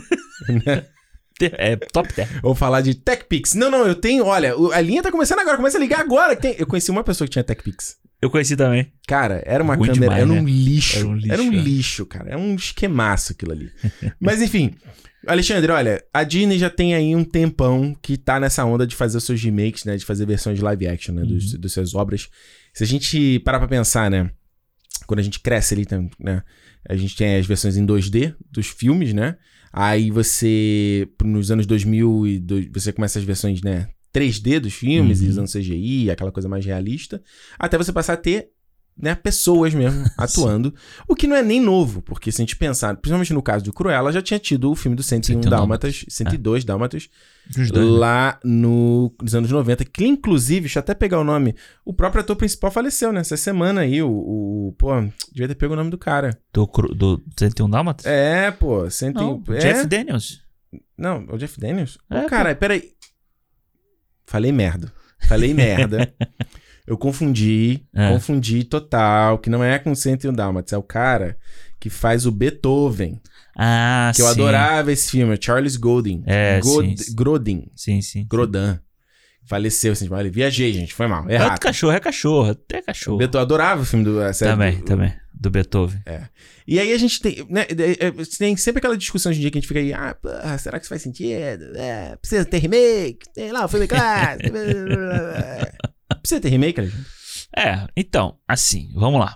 É top dez. Ou falar de TechPix. Não, não, eu tenho, olha, a linha tá começando agora, começa a ligar agora. Que tem... Eu conheci uma pessoa que tinha TechPix. Eu conheci também. Cara, era uma Ruim câmera, demais, era, um né? lixo, era um lixo. Era um lixo, cara. É um esquemaço aquilo ali. Mas enfim, Alexandre, olha, a Disney já tem aí um tempão que tá nessa onda de fazer os seus remakes, né? De fazer versões de live action, né? Uhum. Dos, dos suas obras. Se a gente parar pra pensar, né? Quando a gente cresce ali, né? A gente tem as versões em dois D dos filmes, né? Aí você, nos anos dois mil, e dois, você começa as versões, né? três D dos filmes, uhum. usando C G I, aquela coisa mais realista, até você passar a ter, né, pessoas mesmo atuando, o que não é nem novo, porque se a gente pensar, principalmente no caso do Cruella, já tinha tido o filme do cento e um Dálmatas, cento e dois é. Dálmatas, dois, lá né? no, nos anos noventa, que inclusive, deixa eu até pegar o nome, o próprio ator principal faleceu, né, essa semana aí, o, o pô, devia ter pego o nome do cara. Do, do cento e um Dálmatas? É, pô, cento e um... Não, é? Jeff Daniels. Não, é o Jeff Daniels? É, Ô, cara, pô. peraí. Falei merda. Falei merda. Eu confundi. É. Confundi total. Que não é com cento e um Dálmatas. É o cara que faz o Beethoven. Ah, que sim. Que eu adorava esse filme. Charles Grodin. É, God- sim. Grodin. Sim, sim. Grodin. Faleceu, assim. Viajei, gente. Foi mal. Errado. É outro cachorro. É cachorro. Até cachorro. Beethoven, eu adorava o filme do... A série também, do, também. Do Beethoven. É. E aí a gente tem, né, tem sempre aquela discussão hoje em dia que a gente fica aí, ah, porra, será que isso faz sentido? É, precisa ter remake? Tem lá o filme clássico. Precisa ter remake, Alexandre? É, então, assim, vamos lá.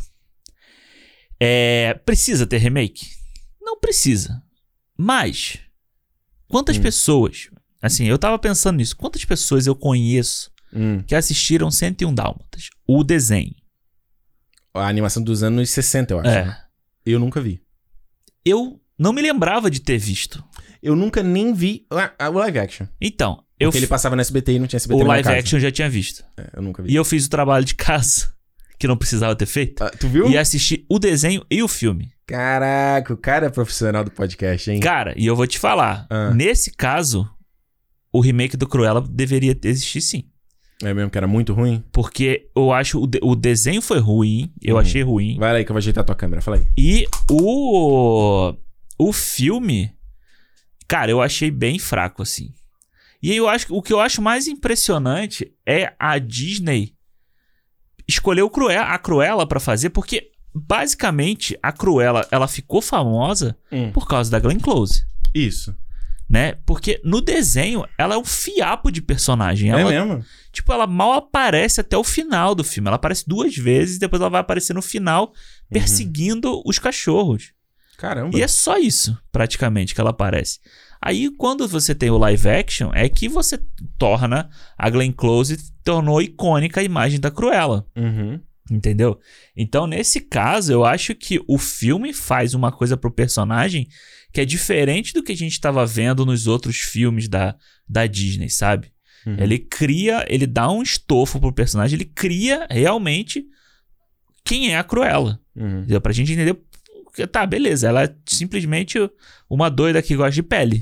É, precisa ter remake? Não precisa. Mas, quantas hum. pessoas, assim, eu tava pensando nisso, quantas pessoas eu conheço hum. que assistiram cento e um Dálmatas, o desenho? A animação dos anos sessenta, eu acho. É. Eu nunca vi. Eu não me lembrava de ter visto. Eu nunca nem vi o live action. Então, eu... Porque f... ele passava no S B T e não tinha S B T o na live casa. action eu já tinha visto. É, eu nunca vi. E eu fiz o trabalho de casa, que não precisava ter feito. Ah, tu viu? E assisti o desenho e o filme. Caraca, o cara é profissional do podcast, hein? Cara, e eu vou te falar. Ah. Nesse caso, o remake do Cruella deveria existir sim. É mesmo que era muito ruim? Porque eu acho o, de, o desenho foi ruim. Eu hum. achei ruim. Vai lá aí que eu vou ajeitar a tua câmera. Fala aí. E o... O filme... Cara, eu achei bem fraco, assim. E aí eu acho, o que eu acho mais impressionante é a Disney escolher o Cruella, a Cruella pra fazer, porque basicamente a Cruella, ela ficou famosa hum. por causa da Glenn Close. Isso. Né? Porque no desenho, ela é um fiapo de personagem. Ela, é mesmo? Tipo, ela mal aparece até o final do filme. Ela aparece duas vezes e depois ela vai aparecer no final perseguindo uhum. os cachorros. Caramba. E é só isso, praticamente, que ela aparece. Aí, quando você tem o live action, é que você torna a Glenn Close, tornou icônica a imagem da Cruella. Uhum. Entendeu? Então, nesse caso, eu acho que o filme faz uma coisa pro personagem que é diferente do que a gente estava vendo nos outros filmes da, da Disney, sabe? Uhum. Ele cria, ele dá um estofo pro personagem, ele cria realmente quem é a Cruella. Uhum. Entendeu? Pra gente entender, tá, beleza, ela é simplesmente uma doida que gosta de pele.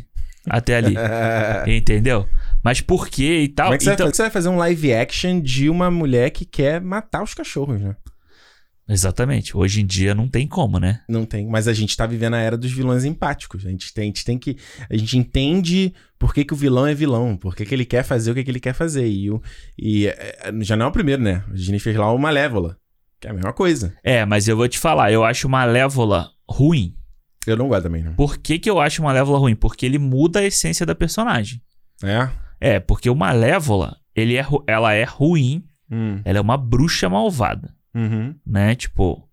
até ali. Entendeu? Mas por quê e tal? Como é que você, então... vai, você vai fazer um live action de uma mulher que quer matar os cachorros, né? Exatamente. Hoje em dia não tem como, né? Não tem. Mas a gente tá vivendo a era dos vilões empáticos. A gente tem, a gente tem que... A gente entende por que, que o vilão é vilão. Por que, que ele quer fazer o que, que ele quer fazer. E, o, e já não é o primeiro, né? A Disney fez lá o Malévola. Que é a mesma coisa. É, mas eu vou te falar. Eu acho o Malévola ruim. Eu não gosto também, não. Por que, que eu acho o Malévola ruim? Porque ele muda a essência da personagem. É? É, porque o Malévola, ele é, ela é ruim. Hum. Ela é uma bruxa malvada. Uhum. Né? Tipo,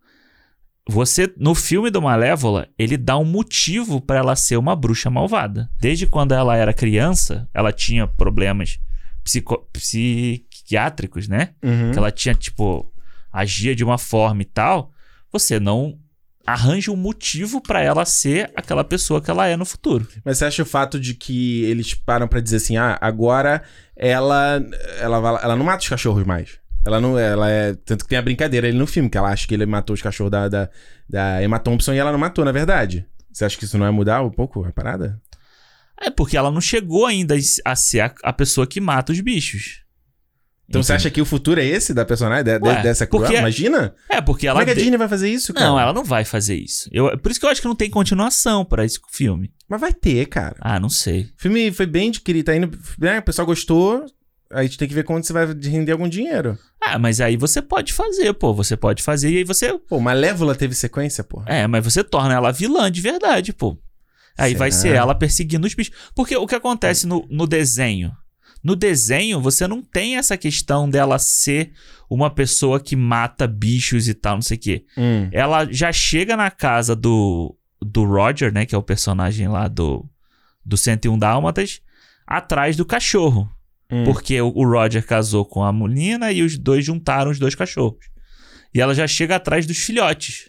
você, no filme do Malévola, ele dá um motivo pra ela ser uma bruxa malvada. Desde quando ela era criança, ela tinha problemas psico, psiquiátricos, né? Uhum. Que ela tinha, tipo, agia de uma forma e tal. Você não arranja um motivo pra ela ser aquela pessoa que ela é no futuro. Mas você acha o fato de que eles param pra dizer assim, ah, agora ela, ela, ela não mata os cachorros mais? Ela não ela é. Tanto que tem a brincadeira ali no filme, que ela acha que ele matou os cachorros da, da, da Emma Thompson e ela não matou, na verdade. Você acha que isso não vai mudar um pouco a parada? É porque ela não chegou ainda a ser a, a pessoa que mata os bichos. Então, então você acha que o futuro é esse da personagem, de, Ué, dessa Cruella? porque, Imagina? É, porque ela... Como é que a de... Disney vai fazer isso, cara? Não, ela não vai fazer isso. Eu, por isso que eu acho que não tem continuação pra esse filme. Mas vai ter, cara. Ah, não sei. O filme foi bem de querido, tá indo... Né? O pessoal gostou... Aí a gente tem que ver quando você vai render algum dinheiro. Ah, mas aí você pode fazer, pô. Você pode fazer e aí você... Pô, Malévola teve sequência, pô. É, mas você torna ela vilã de verdade, pô. Aí Será? vai ser ela perseguindo os bichos. Porque o que acontece no, no desenho? No desenho, você não tem essa questão dela ser uma pessoa que mata bichos e tal, não sei o quê. Hum. Ela já chega na casa do, do Roger, né? Que é o personagem lá do, do cento e um Dálmatas, atrás do cachorro. Hum. Porque o, o Roger casou com a menina e os dois juntaram os dois cachorros. E ela já chega atrás dos filhotes.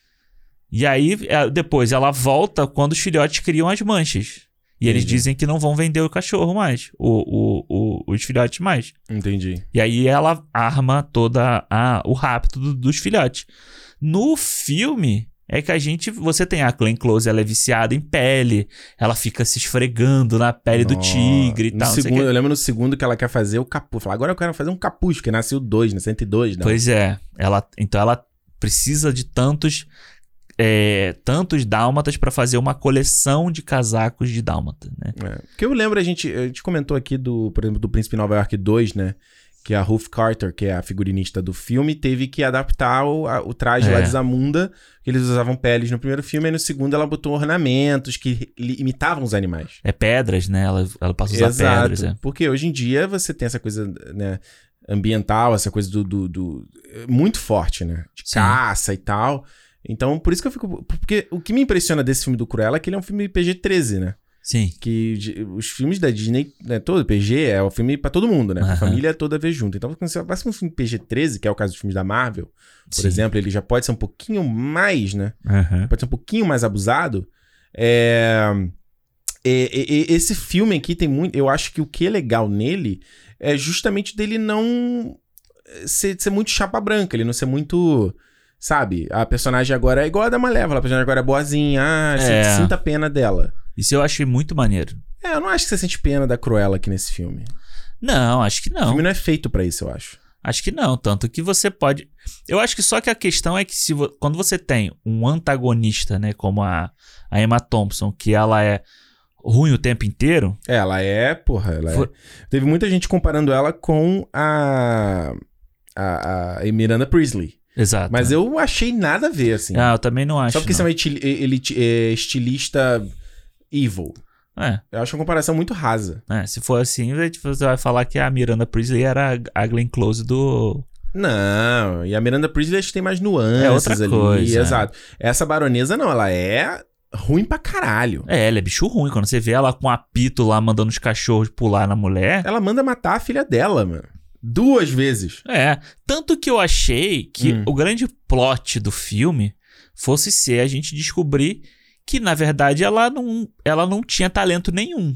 E aí, depois, ela volta quando os filhotes criam as manchas. E eles Entendi. dizem que não vão vender o cachorro mais. O, o, o, os filhotes mais. Entendi. E aí ela arma toda a, o rapto do, dos filhotes. No filme... É que a gente... Você tem a Glenn Close, ela é viciada em pele. Ela fica se esfregando na pele Nossa. do tigre e no tal. Segundo, eu lembro no segundo que ela quer fazer o capuz. Fala, agora eu quero fazer um capuz, porque nasceu dois, né? cento e dois, né? Pois é. Ela, então ela precisa de tantos... É, tantos dálmatas pra fazer uma coleção de casacos de dálmata, né? É. Porque eu lembro, a gente, a gente comentou aqui, do, por exemplo, do Príncipe Nova York dois, né? Que a Ruth Carter, que é a figurinista do filme, teve que adaptar o, a, o traje É. lá de Zamunda, que eles usavam peles no primeiro filme, e no segundo ela botou ornamentos que imitavam os animais. É pedras, né? Ela, ela passa a usar Exato. pedras. É. Porque hoje em dia você tem essa coisa, né, ambiental, essa coisa do, do, do muito forte, né? De Sim. caça e tal. Então, por isso que eu fico... Porque o que me impressiona desse filme do Cruella é que ele é um filme P G treze, né? Sim. Que de- os filmes da Disney, né, todo P G é o filme pra todo mundo, né? Pra Aham. família toda ver junto. Então, quando você vai pra um filme P G treze, que é o caso dos filmes da Marvel, por Sim. exemplo, ele já pode ser um pouquinho mais, né? Uhum. Pode ser um pouquinho mais abusado. É... e- e- e- esse filme aqui tem muito... Eu acho que o que é legal nele é justamente dele não ser, ser muito chapa branca, ele não ser muito... Sabe? A personagem agora é igual a da Malévola, a personagem agora é boazinha, ah, você É. sinta pena dela. Isso eu achei muito maneiro. É, eu não acho que você sente pena da Cruella aqui nesse filme. Não, acho que O não. filme não é feito pra isso, eu acho. Acho que não, tanto que você pode... Eu acho que só que a questão é que se vo... quando você tem um antagonista, né, como a, a Emma Thompson, que ela é ruim o tempo inteiro... Ela é, porra, ela Foi- é... Teve muita gente comparando ela com a... a, a Miranda Priestley. Exato. Mas eu achei nada a ver, assim. Ah, eu também não acho, Só porque não. você é um esti- ele, é estilista evil. É, Eu acho uma comparação muito rasa. é, se for assim, você vai falar que a Miranda Priestley era a Glenn Close do... Não, e a Miranda Priestley acho que tem mais nuances É outra ali. coisa, é. Exato. Essa baronesa não, ela é ruim pra caralho. É, ela é bicho ruim. Quando você vê ela com apito lá, mandando os cachorros pular na mulher... Ela manda matar a filha dela, mano. Duas vezes. É, tanto que eu achei que Hum. o grande plot do filme fosse ser a gente descobrir que, na verdade, ela não, ela não tinha talento nenhum.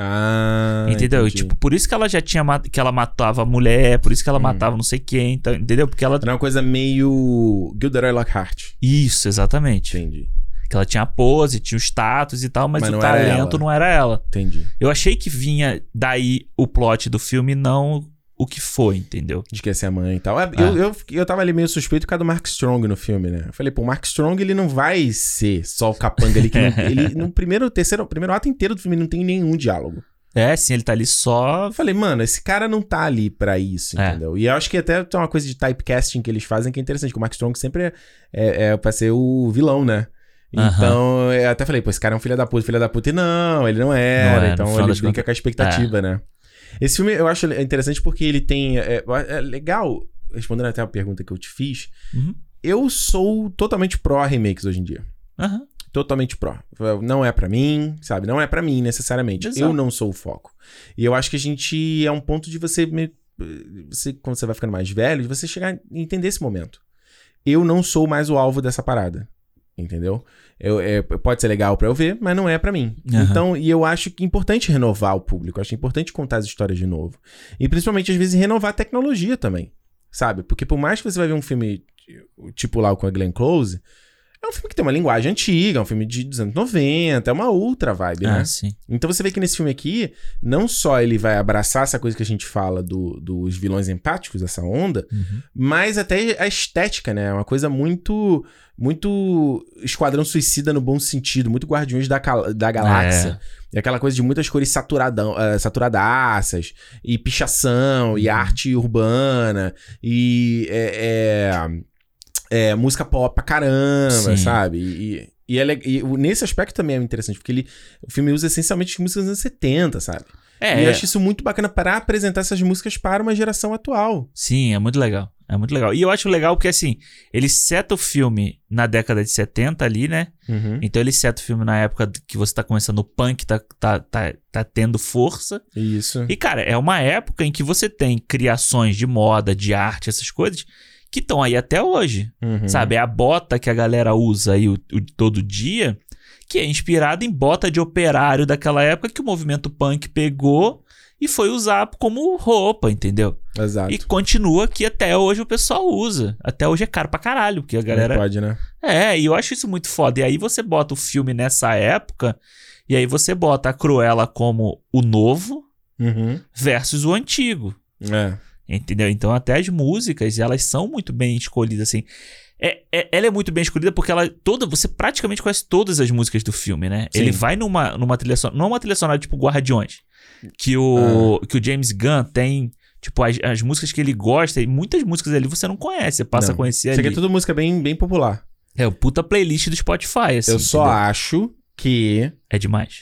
Ah, entendeu? entendi. Tipo, por isso que ela já tinha ma- que ela matava a mulher, por isso que ela Hum. matava não sei quem, então, entendeu? Porque ela... Era uma coisa meio Gilderoy Lockhart. Isso, exatamente. Entendi. Que ela tinha a pose, tinha o status e tal, mas, Mas o não era talento ela. não era ela. Entendi. Eu achei que vinha daí o plot do filme, não o que foi, entendeu? De que ia ser a mãe e tal. É, Eu, eu, eu tava ali meio suspeito por causa do Mark Strong no filme, né? Eu falei, pô, o Mark Strong, ele não vai ser só o capanga ali. Que não, ele, no primeiro, terceiro, primeiro ato inteiro do filme não tem nenhum diálogo. É, sim, ele tá ali só... Eu falei, mano, esse cara não tá ali pra isso, É. entendeu? E eu acho que até tem uma coisa de typecasting que eles fazem que é interessante, que o Mark Strong sempre é, é, é pra ser o vilão, né? Então, eu até falei, pô, esse cara é um filho da puta, filho da puta. E não, ele não era. Não é, no então final ele das brinca contas- com a expectativa, né? Esse filme eu acho interessante porque ele tem... É, é legal, respondendo até a pergunta que eu te fiz, Uhum. eu sou totalmente pró-remakes hoje em dia. Aham. Totalmente pró. Não é pra mim, sabe? Não é pra mim, necessariamente. Exato. Eu não sou o foco. E eu acho que a gente... É um ponto de você... meio- você quando você vai ficando mais velho, de você chegar a entender esse momento. Eu não sou mais o alvo dessa parada. Entendeu? Eu, é, pode ser legal pra eu ver, mas não é pra mim. Aham. Então, e eu acho que é importante renovar o público. Eu acho importante contar as histórias de novo. E principalmente, às vezes, renovar a tecnologia também. Sabe? Porque por mais que você vai ver um filme tipo lá com a Glenn Close, é um filme que tem uma linguagem antiga, é um filme de dos anos noventa, é uma outra vibe, né? Ah, sim. Então você vê que nesse filme aqui, não só ele vai abraçar essa coisa que a gente fala do, dos vilões empáticos, essa onda, Uhum. mas até a estética, né? É uma coisa muito muito Esquadrão Suicida no bom sentido, muito Guardiões da, Cal- da Galáxia. É aquela coisa de muitas cores saturadão, uh, saturadaças, e pichação, e arte urbana, e é, é, é, música pop pra caramba, Sim. sabe? E, e, é le- e o- nesse aspecto também é interessante, porque ele, o filme usa essencialmente músicas dos anos setenta, sabe? É, E eu é. acho isso muito bacana para apresentar essas músicas para uma geração atual. Sim, é muito legal. É muito legal. E eu acho legal porque, assim, ele seta o filme na década de setenta ali, né? Uhum. Então ele seta o filme na época que você tá começando o punk, tá, tá, tá, tá tendo força. Isso. E, cara, é uma época em que você tem criações de moda, de arte, essas coisas, que estão aí até hoje. Uhum. Sabe? É a bota que a galera usa aí o, o- todo dia, que é inspirada em bota de operário daquela época que o movimento punk pegou e foi usar como roupa, entendeu? Exato. E continua que até hoje o pessoal usa. Até hoje é caro pra caralho, porque a galera... Não pode, né? É, e eu acho isso muito foda. E aí você bota o filme nessa época, e aí você bota a Cruella como o novo Uhum. versus o antigo. É. Entendeu? Então até as músicas, elas são muito bem escolhidas, assim. É, é- ela é muito bem escolhida porque ela toda você praticamente conhece todas as músicas do filme, né? Sim. Ele vai numa, numa trilha sonora, não é uma trilha sonora tipo Guardiões, que o, que o James Gunn tem, tipo, as, as músicas que ele gosta, e muitas músicas ali você não conhece, você passa Não. a conhecer Isso aqui ali. é tudo música bem, bem popular. É o puta playlist do Spotify, assim. Eu só entendeu? acho que... É demais.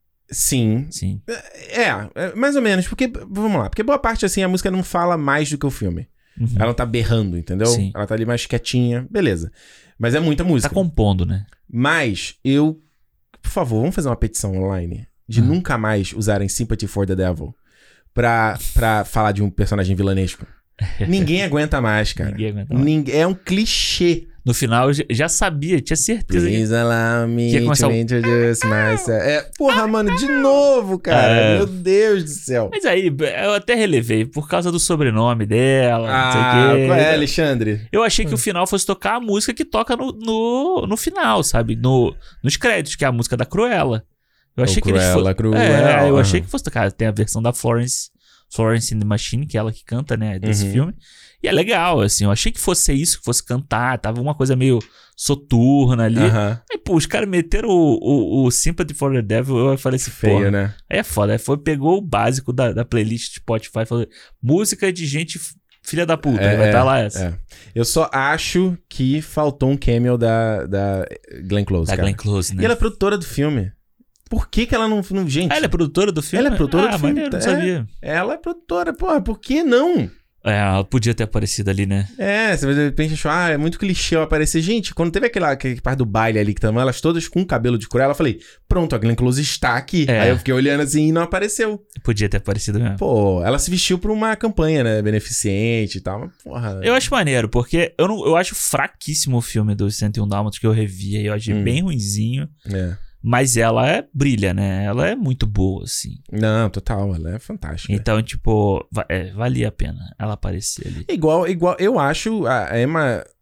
Sim. Sim. É, é, mais ou menos. Porque, vamos lá. Porque boa parte, assim, a música não fala mais do que o filme. Uhum. Ela não tá berrando, entendeu? Sim. Ela tá ali mais quietinha. Beleza. Mas é muita música. Tá compondo, né? Mas eu... Por favor, vamos fazer uma petição online de Uhum. nunca mais usarem Sympathy for the Devil pra, pra falar de um personagem vilanesco. Ninguém aguenta mais, cara. Ninguém aguenta mais. Ninguém- É um clichê. No final eu já- já sabia, tinha certeza que... Please allow me que ia começar to o- introduce myself. É, porra, mano, de novo, cara. É. Meu Deus do céu. Mas aí, eu até relevei, por causa do sobrenome dela, Ah, não sei o quê. qual é, Alexandre? Eu achei que o final fosse tocar a música que toca no, no, no final, sabe? No, nos créditos, que é a música da Cruella. Eu achei O que eles Cruella, fossem... Cruella, É, eu aham. achei que fosse tocar. Tem a versão da Florence, Florence and the Machine, que é ela que canta, né, desse Uhum. filme. E é legal, assim, eu achei que fosse ser isso, que fosse cantar, tava uma coisa meio soturna ali. Aham. Aí, pô, os caras meteram o, o, o Sympathy for the Devil, eu falei assim, Feio, porra. né? Aí é foda, aí foi, pegou o básico da, da playlist Spotify, falou, música de gente f- filha da puta, É, aí vai estar é, lá essa. É. Eu só acho que faltou um cameo da, da Glenn Close, Da cara. Glenn Close, né? E ela é produtora do filme. Por que que ela não... não gente, Ah, ela é produtora do filme? Ela é produtora ah, do filme, maneiro, não é. sabia. ela é produtora. Porra, por que não? É, ela podia ter aparecido ali, né? É, você de repente achou, ah, é muito clichê eu aparecer. Gente, quando teve aquela, aquela parte do baile ali, que estavam elas todas com cabelo de Cruella, eu falei, pronto, a Glenn Close está aqui. É. Aí eu fiquei olhando assim e não apareceu. Podia ter aparecido mesmo. Pô, ela se vestiu pra uma campanha, né, beneficente e tal, mas porra... Eu acho maneiro, porque eu, não, eu acho fraquíssimo o filme dos cento e um Dálmatas que eu revi, aí eu achei Hum. bem ruinzinho. É. Mas ela é, brilha, né? Ela é muito boa, assim. Não, total, ela é fantástica. Então, tipo, va- é, valia a pena ela aparecer ali. Igual, igual, eu acho a Emma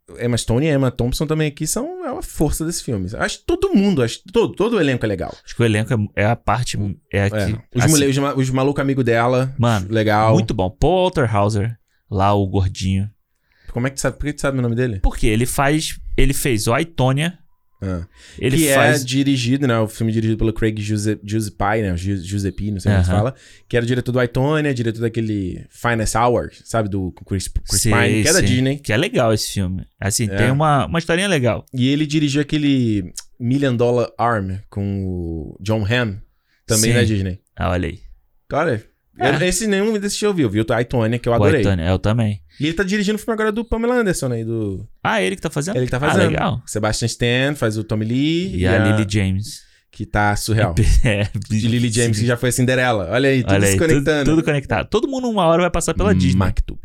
Emma Stone e a Emma Thompson também aqui são a força desse filme. Acho que todo mundo, acho que todo, todo o elenco é legal. Acho que o elenco é, é a parte... É aqui, é. Os, assim, mole, os, os malucos amigos dela, mano, legal. Muito bom. Paul Walter Hauser, lá o gordinho. Como é que tu sabe? Por que tu sabe o nome dele? Porque ele faz... Ele fez o I, Tonya. Ah. Ele que faz... é dirigido, né? O filme dirigido pelo Craig Giuseppe, né? Giuseppe, não sei como uh-huh. se fala. Que era o diretor do I, Tonya, diretor daquele Finest Hour, sabe? Do Chris, Chris sim, Pine, que é da sim. Disney. Que é legal esse filme. Assim, é. tem uma, uma historinha legal. E ele dirigiu aquele Million Dollar Arm com o John Hamm, também sim. da Disney. Ah, olha aí. Cara, é. eu, esse nenhum desses eu vi. Eu vi o I, Tonya, que eu adorei. O I, Tonya, eu também. E ele tá dirigindo o filme agora do Pamela Anderson aí, do... Ah, ele que tá fazendo? Ele que tá fazendo. Ah, legal. Sebastian Stan faz o Tommy Lee. E, e a, a Lily James. Que tá surreal. É, de Lily James, sim. Que já foi a Cinderela. Olha aí, tudo Olha se aí, conectando. Tudo, tudo conectado. Todo mundo uma hora vai passar pela Disney. Maktub.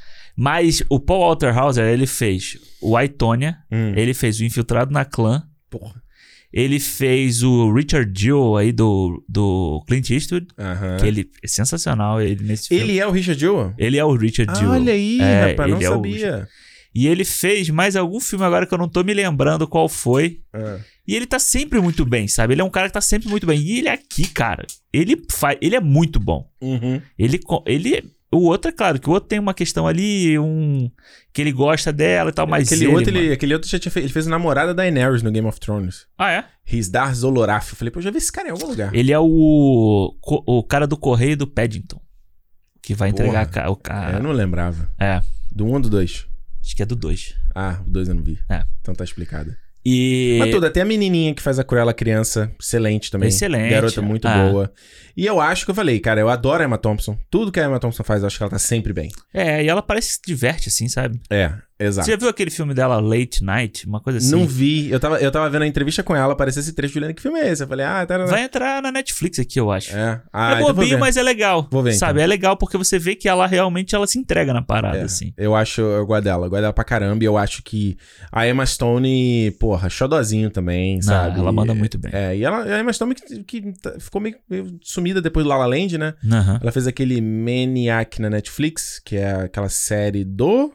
Mas o Paul Walter Hauser, ele fez o I, Tonya. Hum. Ele fez o Infiltrado na Clã. Porra. Ele fez o Richard Jewell aí do, do Clint Eastwood. Uh-huh. Que ele é sensacional ele nesse filme. Ele é o Richard Jewell? Ele é o Richard ah, Jewell. Olha aí, é, rapaz, não é sabia. O... E ele fez mais algum filme agora que eu não tô me lembrando qual foi. Uh. E ele tá sempre muito bem, sabe? Ele é um cara que tá sempre muito bem. E ele aqui, cara, ele faz, ele é muito bom. Uhum. Ele, ele, o outro é claro que o outro tem uma questão ali, um que ele gosta dela e tal, mas aquele ele, outro, mano... ele, aquele outro já tinha feito, ele fez a namorada da Daenerys no Game of Thrones. Ah, é? Risdar Zoloraf. Eu falei, pô, eu já vi esse cara em algum lugar. Ele é o o cara do correio do Paddington, que vai entregar Porra, o cara. Eu não lembrava. É. Do um ou do dois? Acho que é do dois. Ah, o dois eu não vi. É. Então tá explicado. E... Mas tudo, até a menininha que faz a Cruella criança, excelente também. Excelente. Garota muito ah. boa. E eu acho que eu falei, cara, eu adoro a Emma Thompson. Tudo que a Emma Thompson faz, eu acho que ela tá sempre bem. É, e ela parece que se diverte assim, sabe? É, exato. Você já viu aquele filme dela, Late Night? Uma coisa assim? Não vi. Eu tava, eu tava vendo a entrevista com ela, apareceu esse trecho, Juliana, que filme é esse? Eu falei, ah, tá... Vai entrar na Netflix aqui, eu acho. É. Ah, é bobinho, então mas é legal. Vou ver, sabe? Então. É legal porque você vê que ela realmente ela se entrega na parada, é, assim. Eu acho, eu gosto dela. Eu gosto dela pra caramba. E eu acho que a Emma Stone, porra, xodozinho também, sabe? Não, ela manda muito bem. É, e ela, a Emma Stone que, que ficou meio, meio sumida depois do La La Land, né? Uhum. Ela fez aquele Maniac na Netflix, que é aquela série do...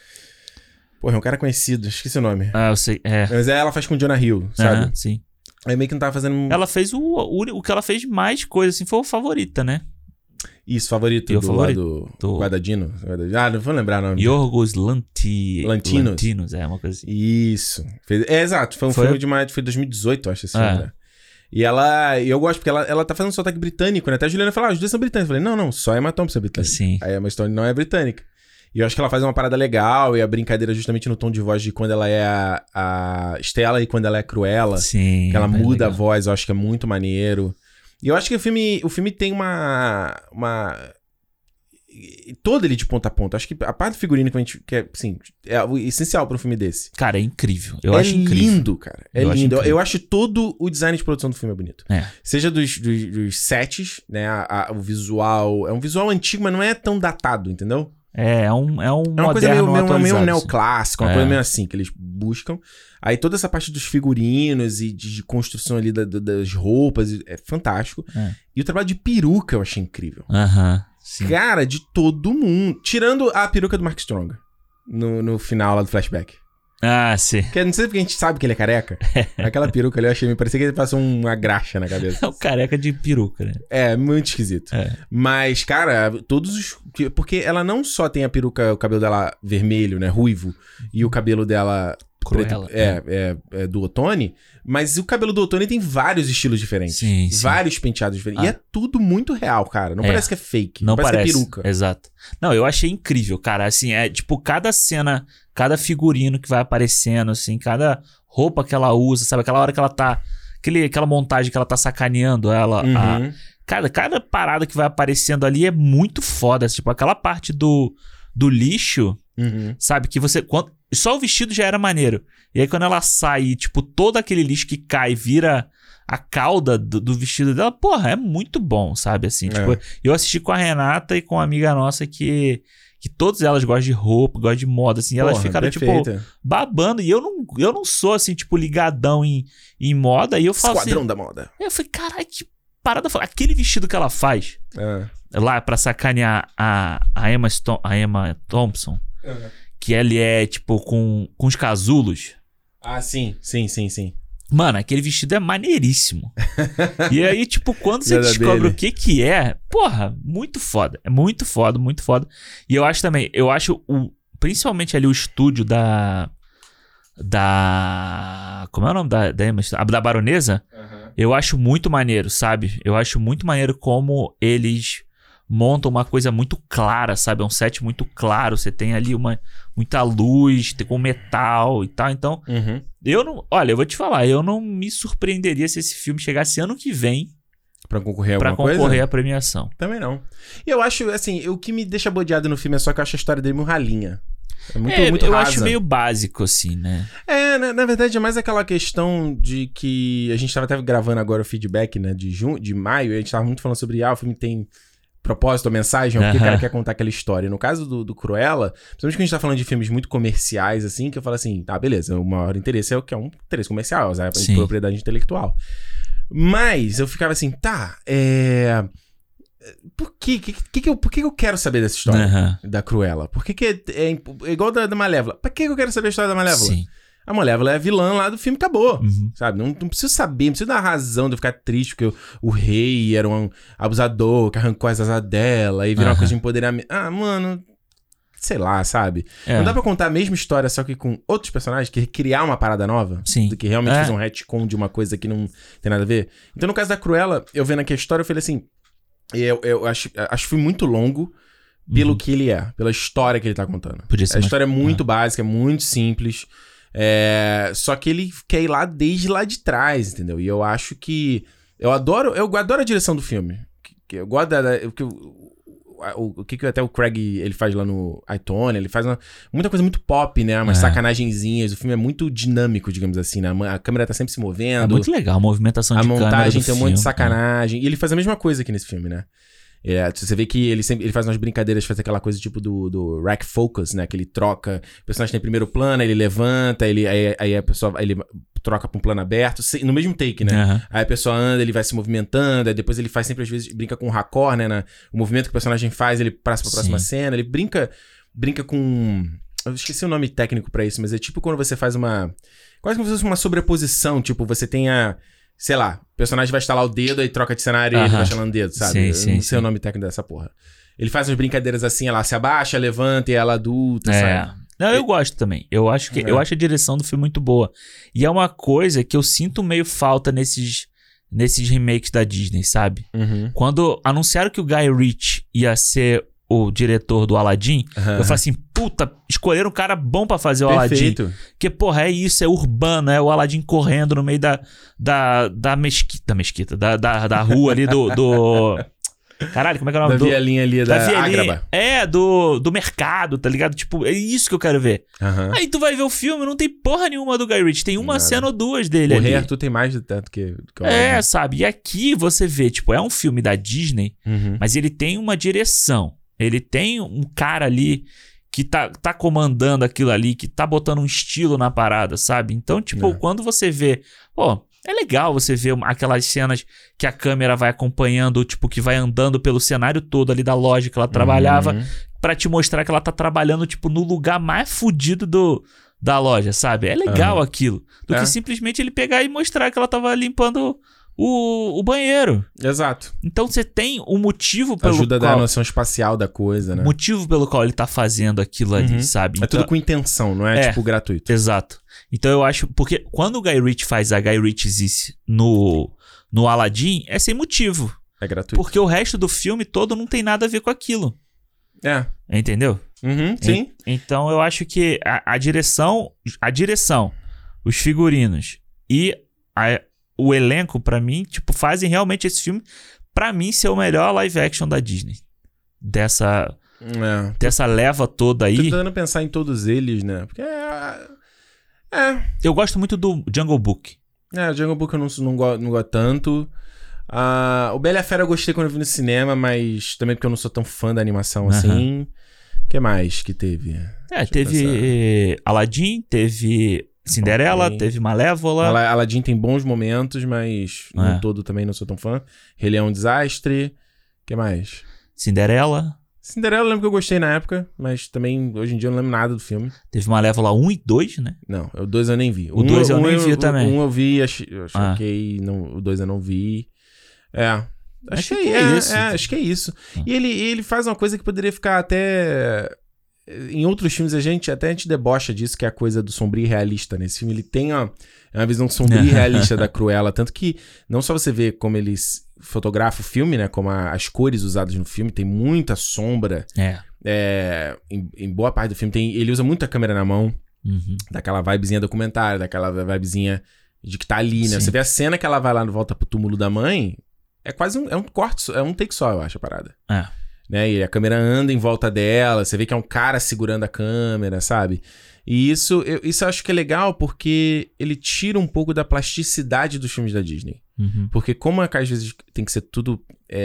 Porra, é um cara conhecido, esqueci o nome. Ah, eu sei, é. Mas ela faz com o Jonah Hill, sabe? Uhum, sim. Aí meio que não tava fazendo... Ela fez o... O, o que ela fez mais coisa, assim, foi o Favorita, né? Isso, favorito e do favorito lado do... Guadagnino. Ah, não vou lembrar o nome. Yorgos Lanti... Lantinos. Lantinos, é, uma coisa assim. Isso. Fez... É, exato. Foi um foi... filme de mais... Foi dois mil e dezoito, eu acho, esse é. filme, né? E ela... E eu gosto, porque ela, ela tá fazendo um sotaque britânico, né? Até a Juliana falou, ah, os dois são britânicos. Eu falei, não, não, só a Emma Thompson é britânica. Sim. Aí a Emma Stone não é britânica. E eu acho que ela faz uma parada legal, e a brincadeira justamente no tom de voz de quando ela é a, a Stella e quando ela é Cruella. Sim. Que ela muda legal. a voz, eu acho que é muito maneiro. E eu acho que o filme, o filme tem uma... uma... todo ele de ponta a ponta. Acho que a parte do figurino que a gente... Que é, assim, é o essencial para um filme desse. Cara, é incrível. Eu é acho incrível. lindo, cara. É eu lindo. Acho eu acho todo o design de produção do filme é bonito. É. Seja dos, dos, dos sets, né? A, a, o visual... É um visual antigo, mas não é tão datado, entendeu? É, é um, é um É uma coisa meio, meio, meio neoclássica, uma é. coisa meio assim, que eles buscam. Aí toda essa parte dos figurinos e de, de construção ali da, da, das roupas é fantástico. É. E o trabalho de peruca eu achei incrível. Aham, sim. Cara, de todo mundo. Tirando a peruca do Mark Strong. No, no final lá do flashback. Ah, sim. Porque não sei porque a gente sabe que ele é careca. Aquela peruca ali eu achei, me parecia que ele passou uma graxa na cabeça. É o careca de peruca, né? É, muito esquisito. É. Mas, cara, todos os... Porque ela não só tem a peruca, o cabelo dela vermelho, né, ruivo, e o cabelo dela... Cruella. Preto, é, é, é do Ottone, mas o cabelo do Ottone tem vários estilos diferentes. Sim, sim. Vários penteados diferentes. Ah. E é tudo muito real, cara. Não é. parece que é fake. Não, não parece, parece que é peruca. Exato. Não, eu achei incrível, cara. Assim, é tipo, cada cena, cada figurino que vai aparecendo, assim, cada roupa que ela usa, sabe? Aquela hora que ela tá... Aquele, aquela montagem que ela tá sacaneando ela... Uhum. A, cada, cada parada que vai aparecendo ali é muito foda. Tipo, aquela parte do, do lixo... Uhum. Sabe? Que você... Quando, só o vestido já era maneiro. E aí quando ela sai, tipo, todo aquele lixo que cai vira a cauda do, do vestido dela, porra, é muito bom, sabe? Assim, é. tipo, eu assisti com a Renata e com uma amiga nossa que... Que todas elas gostam de roupa, gostam de moda, assim. E elas Porra, ficaram, perfeita. tipo, babando. E eu não, eu não sou, assim, tipo, ligadão em, em moda. E eu falo Esquadrão assim... da moda. Eu falei, caralho, que parada. Aquele vestido que ela faz É. lá pra sacanear a, a, Emma, Stone, a Emma Thompson... É. que ele é, tipo, com, com os casulos. Ah, sim, sim, sim, sim. Mano, aquele vestido é maneiríssimo. E aí, tipo, quando você Nada descobre dele. o que que é, porra, muito foda. É muito foda, muito foda. E eu acho também, eu acho o, principalmente ali o estúdio da... Da... Como é o nome da... Da, da Baronesa? Uhum. Eu acho muito maneiro, sabe? Eu acho muito maneiro como eles montam uma coisa muito clara, sabe? É um set muito claro. Você tem ali uma, muita luz, tem com metal e tal. Então, Uhum. eu não... Olha, eu vou te falar. Eu não me surpreenderia se esse filme chegasse ano que vem Pra concorrer a pra alguma concorrer coisa? à premiação. Também não. E eu acho, assim, o que me deixa bodeado no filme é só que eu acho a história dele muito ralinha. É muito, é, muito eu rasa. acho meio básico, assim, né? É, na, na verdade é mais aquela questão de que a gente tava até gravando agora o feedback, né, de, junho, de maio, e a gente tava muito falando sobre, ah, o filme tem propósito ou mensagem, o que o cara quer contar aquela história. No caso do, do Cruella, principalmente quando a gente tá falando de filmes muito comerciais, assim, que eu falo assim, tá, beleza, o maior interesse é o que é um interesse comercial, é Sim. propriedade intelectual. Mas eu ficava assim, tá, é... Por que, que, que, que eu, por que eu quero saber dessa história Uhum. da Cruella? Por que, que é, é, é igual da, da Malévola? Pra que eu quero saber a história da Malévola? Sim. A Malévola é a vilã lá do filme, acabou. Uhum. Sabe? Não, não preciso saber, não preciso dar razão de eu ficar triste porque o, o rei era um abusador que arrancou as asas dela e virou Uhum. uma coisa de empoderamento. Ah, mano, sei lá, sabe? É. Não dá pra contar a mesma história, só que com outros personagens, que criar uma parada nova? Sim. Do que realmente É. fazer um retcon de uma coisa que não tem nada a ver? Então, no caso da Cruella, eu vendo aqui a história, eu falei assim, eu, eu acho, acho que foi muito longo pelo Uhum. que ele é, pela história que ele tá contando. Podia ser A mais- história é muito é. básica, é muito simples. É, só que ele quer ir lá desde lá de trás, entendeu? E eu acho que... Eu adoro, eu adoro a direção do filme. Que- que Eu gosto da... da- o, que o, o, o que que até o Craig ele faz lá no iTunes, ele faz uma, muita coisa muito pop, né? Umas É. sacanagenzinhas. O filme é muito dinâmico, digamos assim, né? A câmera tá sempre se movendo. É muito legal a movimentação A de câmera montagem do tem um filme, monte de né? sacanagem. E ele faz a mesma coisa aqui nesse filme, né? É, você vê que ele sempre ele faz umas brincadeiras, faz aquela coisa tipo do, do rack focus, né? Que ele troca, o personagem tem primeiro plano, aí ele levanta, ele, aí, aí a pessoa aí ele troca pra um plano aberto, se- no mesmo take, né? Aham. Aí a pessoa anda, ele vai se movimentando, aí depois ele faz sempre, às vezes, brinca com o raccord, né? Na, o movimento que o personagem faz, ele passa pra próxima Sim. cena, ele brinca, brinca com... Eu esqueci o nome técnico pra isso, mas é tipo quando você faz uma... Quase como se fosse uma sobreposição, tipo, você tem a... Sei lá, o personagem vai estalar o dedo, aí troca de cenário e ele Aham. vai estalando o dedo, sabe? Sim, Eu sim, não sei sim. o nome técnico dessa porra. Ele faz umas brincadeiras assim, ela se abaixa, levanta e ela adulta, É. sabe? Não, eu gosto também. Eu acho que É. eu acho a direção do filme muito boa. E é uma coisa que eu sinto meio falta nesses nesses remakes da Disney, sabe? Uhum. Quando anunciaram que o Guy Ritchie ia ser o diretor do Aladdin, Aham. eu falei assim, puta, escolheram um cara bom pra fazer o Aladdin. Perfeito. Porque, porra, é isso, é urbano, é o Aladdin correndo no meio da da, da mesquita, mesquita, da, da, da rua ali do, do... Caralho, como é que é o Da nome? do... vielinha ali, da, vielinha. Ágraba. É, do, do mercado, tá ligado? Tipo, é isso que eu quero ver. Aham. Aí tu vai ver o filme, não tem porra nenhuma do Guy Ritchie. Tem uma Nada. cena ou duas dele O ali. Rei Arthur tem mais de tanto que, que o É, Aladdin. sabe? E aqui você vê, tipo, é um filme da Disney, Uhum. mas ele tem uma direção. Ele tem um cara ali que tá, tá comandando aquilo ali, que tá botando um estilo na parada, sabe? Então, tipo, É. quando você vê... Pô, é legal você ver uma- aquelas cenas que a câmera vai acompanhando, tipo, que vai andando pelo cenário todo ali da loja que ela trabalhava, Uhum. pra te mostrar que ela tá trabalhando, tipo, no lugar mais fudido do, da loja, sabe? É legal Aham. aquilo. Do É. que simplesmente ele pegar e mostrar que ela tava limpando o, o banheiro. Exato. Então você tem um motivo pelo Ajuda a dar a qual... noção espacial da coisa, né? motivo pelo qual ele tá fazendo aquilo ali, Uhum. sabe? É tudo com intenção, não é, É. tipo gratuito. Exato. Então eu acho... Porque quando o Guy Ritchie faz a Guy Ritchie no, no Aladdin, é sem motivo. É gratuito. Porque o resto do filme todo não tem nada a ver com aquilo. É. Entendeu? Uhum, sim. Então eu acho que a, a direção, a direção, os figurinos e a- o elenco, pra mim, tipo, fazem realmente esse filme, pra mim, ser o melhor live action da Disney. Dessa, É. dessa leva toda Tô aí. tentando pensar em todos eles, né? Porque é... É... Eu gosto muito do Jungle Book. É, o Jungle Book eu não, não, gosto, não gosto tanto. Ah, o Bela e a Fera eu gostei quando eu vi no cinema, mas também porque eu não sou tão fã da animação Aham. assim. O que mais que teve? É, Deixa eu teve pensar. eh, Aladdin, teve Cinderela, Ok. teve Malévola. Ala- Aladdin tem bons momentos, mas no É. todo também não sou tão fã. Rei Leão é um desastre. O que mais? Cinderela. Cinderela eu lembro que eu gostei na época, mas também hoje em dia eu não lembro nada do filme. Teve Malévola um e dois, né? Não, o dois eu nem vi. O dois eu um, nem eu, vi também. O um eu vi, achei, achei Ah. ok, não, o dois eu não vi. É... Acho, Acho que, que é, é isso. é, acho que é isso. Ah. E ele, ele faz uma coisa que poderia ficar até... Em outros filmes a gente até a gente debocha disso, que é a coisa do sombrio e realista. Nesse filme ele tem uma, uma visão sombria e realista da Cruella. Tanto que não só você vê como ele fotografa o filme, né? Como a, as cores usadas no filme, tem muita sombra. É. É, em, em boa parte do filme tem, ele usa muito a câmera na mão. Uhum. Daquela vibezinha documentária, daquela vibezinha de que tá ali, né? Sim. Você vê a cena que ela vai lá de volta pro túmulo da mãe, é quase um, é um corte, só- é um take só, eu acho, a parada. É. Né? E a câmera anda em volta dela, você vê que é um cara segurando a câmera, sabe? E isso eu, isso eu acho que é legal porque ele tira um pouco da plasticidade dos filmes da Disney. Uhum. Porque como é que às vezes tem que ser tudo...